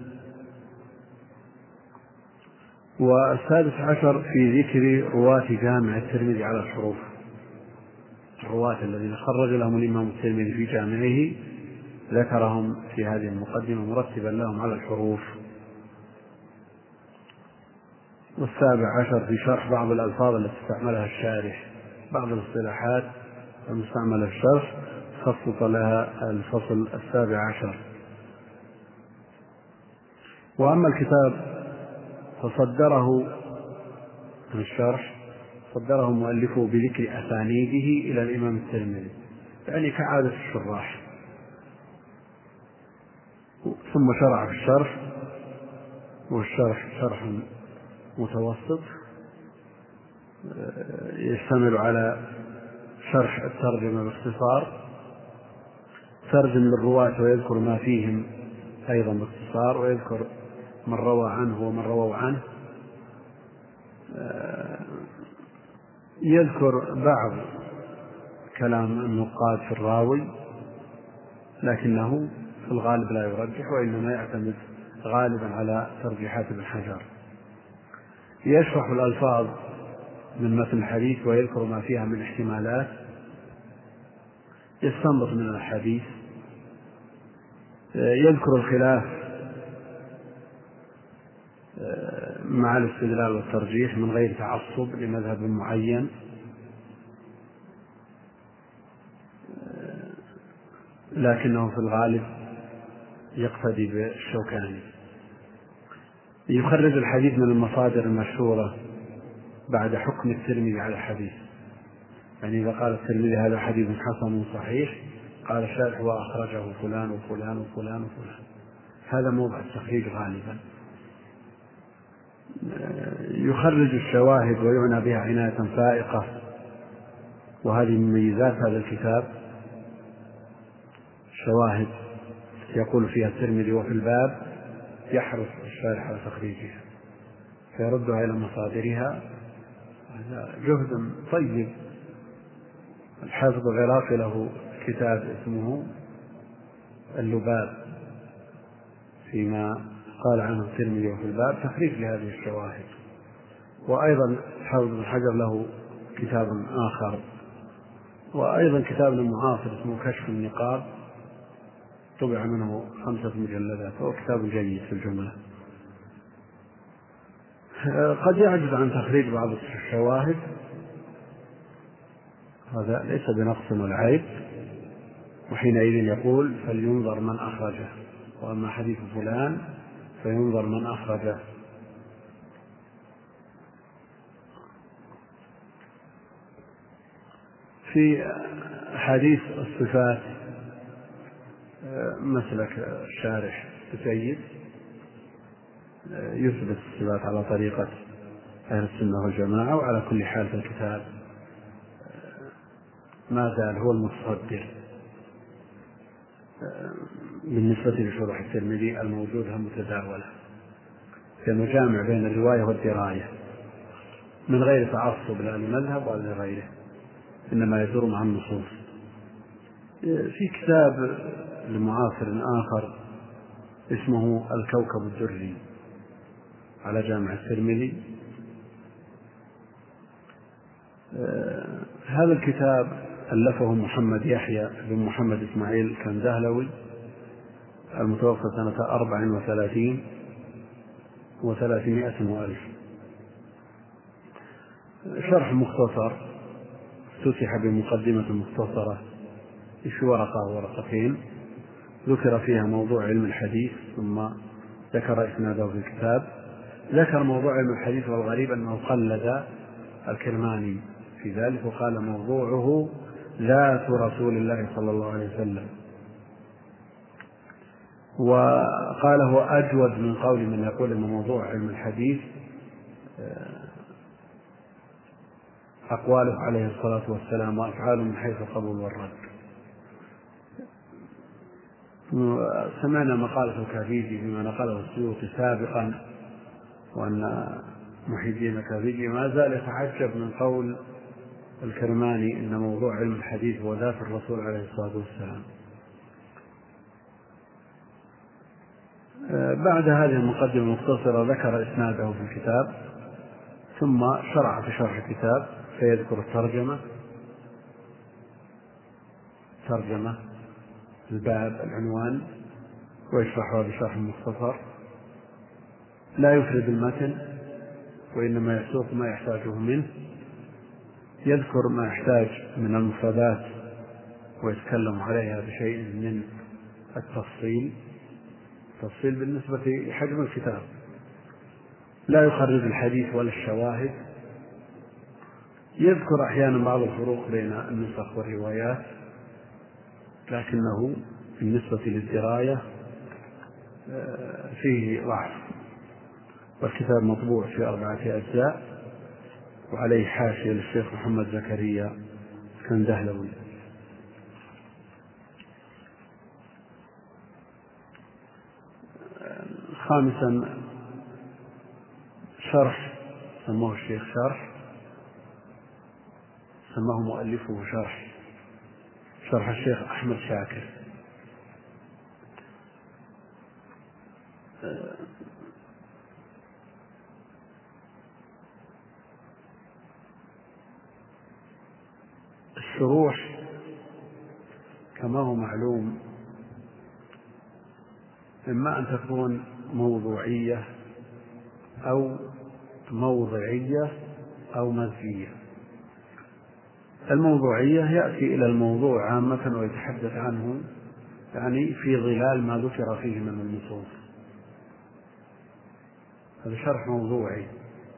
والسادس عشر في ذكر رواة جامع الترمذي على الحروف، الرواة الذين خرج لهم الإمام الترمذي في جامعه ذكرهم في هذه المقدمة مرتبا لهم على الحروف. والسابع عشر في شرح بعض الألفاظ التي استعملها الشارح، بعض الاصطلاحات المستعملة في الشرح خصص لها الفصل السابع عشر. وأما الكتاب فصدره في الشرح صدره مؤلفه بذكر أسانيده إلى الإمام الترمذي، يعني كعادة الشراح، ثم شرع في الشرح، والشرح شرح متوسط يشتمل على شرح الترجمة باختصار، ترجم للرواة ويذكر ما فيهم أيضا باختصار، ويذكر من روى عنه ومن رووا عنه، يذكر بعض كلام النقاد في الراوي لكنه في الغالب لا يرجح، وإنما يعتمد غالبا على ترجيحات ابن حجر. يشرح الألفاظ من متن الحديث ويذكر ما فيها من احتمالات، يستنبط من الحديث، يذكر الخلاف مع الاستدلال والترجيح من غير تعصب لمذهب معين، لكنه في الغالب يقتدي بالشوكاني. يخرج الحديث من المصادر المشهورة بعد حكم الترمذي على الحديث، يعني إذا قال الترمذي هذا حديث حسن صحيح قال الشارح وأخرجه فلان وفلان وفلان وفلان، هذا موضع التخريج غالبا. يخرج الشواهد ويعنى بها عناية فائقة، وهذه من ميزات هذا الكتاب، الشواهد يقول فيها الترمذي وفي الباب يحرص الشارح على تخريجها فيردها إلى مصادرها، هذا جهد طيب. الحافظ العراقي له كتاب اسمه اللباب فيما قال عنه الترمذي وفي الباب تخريج لهذه الشواهد. وأيضا الحافظ بن حجر له كتاب آخر، وأيضا كتاب معاصر اسمه كشف النقاب، طبع منه خمسة مجلدات، وهو كتاب جيد في الجملة. قد يعجز عن تخريج بعض الشواهد، هذا ليس بنقص ولا عيب، وحينئذ يقول فلينظر من أخرجه، وأما حديث فلان فينظر من أخرجه. في حديث الصفات مسلك الشارح جيد، يثبت الصفات على طريقة أهل السنة والجماعة، وعلى كل حال في الكتاب ما زال هو المتصدر بالنسبة لشروح الترمذي الموجودة متداولة، كما جامع بين الرواية والدراية. من غير تعصب لا لمذهب ولا لغيره، إنما يدور مع النصوص. في كتاب لمعاصر آخر اسمه الكوكب الدري على جامع الترمذي. هذا الكتاب ألفه محمد يحيى بن محمد إسماعيل كندهلوي المتوفى سنة أربع وثلاثين وثلاثمائة وألف. شرح مختصر افتتح بمقدمة مختصرة في ورقة ورقتين ذكر فيها موضوع علم الحديث، ثم ذكر إسناده في الكتاب. ذكر موضوع علم الحديث، والغريب أنه قلد الكرماني في ذلك وقال موضوعه ذات رسول الله صلى الله عليه وسلم، وقال هو أجود من قول من يقول أن موضوع علم الحديث أقواله عليه الصلاة والسلام وأفعاله من حيث القبول والرد. سمعنا مقالة الكافيجي فيما نقله السيوطي سابقا، وأن محي الدين الكافيجي ما زال يتعجب من قول الكرماني إن موضوع علم الحديث هو ذات الرسول عليه الصلاة والسلام. بعد هذه المقدمة المختصرة ذكر إسناده في الكتاب، ثم شرع في شرح الكتاب فيذكر الترجمة ترجمة الباب العنوان ويشرحها بشرح مختصر، لا يفرد المتن وإنما يسوق ما يحتاجه منه، يذكر ما يحتاج من المفردات ويتكلم عليها بشيء من التفصيل تفصيل بالنسبة لحجم الكتاب، لا يخرج الحديث ولا الشواهد، يذكر أحيانا بعض الفروق بين النسخ والروايات، لكنه بالنسبة للدراية فيه ضعف. والكتاب مطبوع في أربعة أجزاء وعليه حاشية للشيخ محمد زكريا كندهلوي. خامسا شرح سموه الشيخ شرح سماه مؤلفه شرح شرح الشيخ أحمد شاكر. الشروح كما هو معلوم إما أن تكون موضوعية أو موضعية أو مزجية. الموضوعية يأتي إلى الموضوع عامة ويتحدث عنه، يعني في ظلال ما ذكر فيه من النصوص، هذا شرح موضوعي.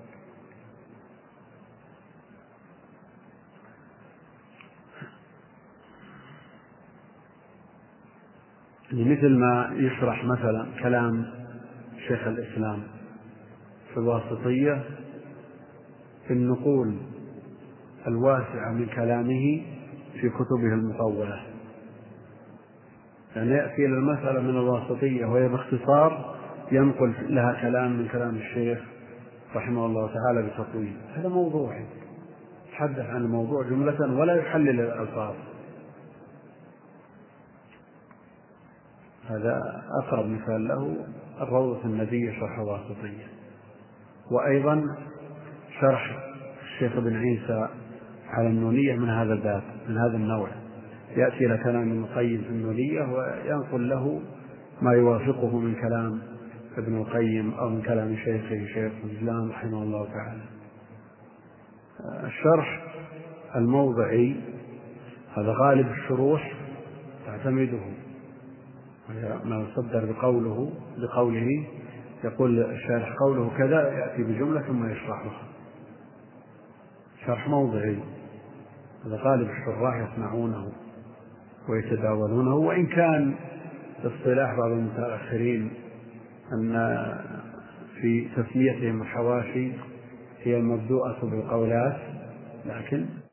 مثل ما يشرح مثلا كلام شيخ الإسلام في الواسطية في النقول الواسعة من كلامه في كتبه المطولة، يعني يأتي إلى المسألة من الواسطية وهي باختصار ينقل لها كلام من كلام الشيخ رحمه الله تعالى بتطويل، هذا موضوعي، يتحدث عن الموضوع جملة ولا يحلل الألفاظ. هذا أقرب مثال له الروضة الندية شرح الواسطية. وأيضا شرح الشيخ ابن عيسى على النونية من هذا الباب من هذا النوع، يأتي إلى كلام ابن القيم في النونية وينقل له ما يوافقه من كلام ابن القيم أو من كلام شيخه شيخ الإسلام رحمه الله تعالى. الشرح الموضعي هذا غالب الشروح تعتمده، ما يصدر بقوله بقوله يقول الشارح قوله كذا، يأتي بجملة ثم يشرحها. شرح موضعي هذا غالب الشراح يصنعونه ويتداولونه، وإن كان اصطلاح بعض المتأخرين أن في تسميتهم الحواشي هي المبدوءة بالقولات، لكن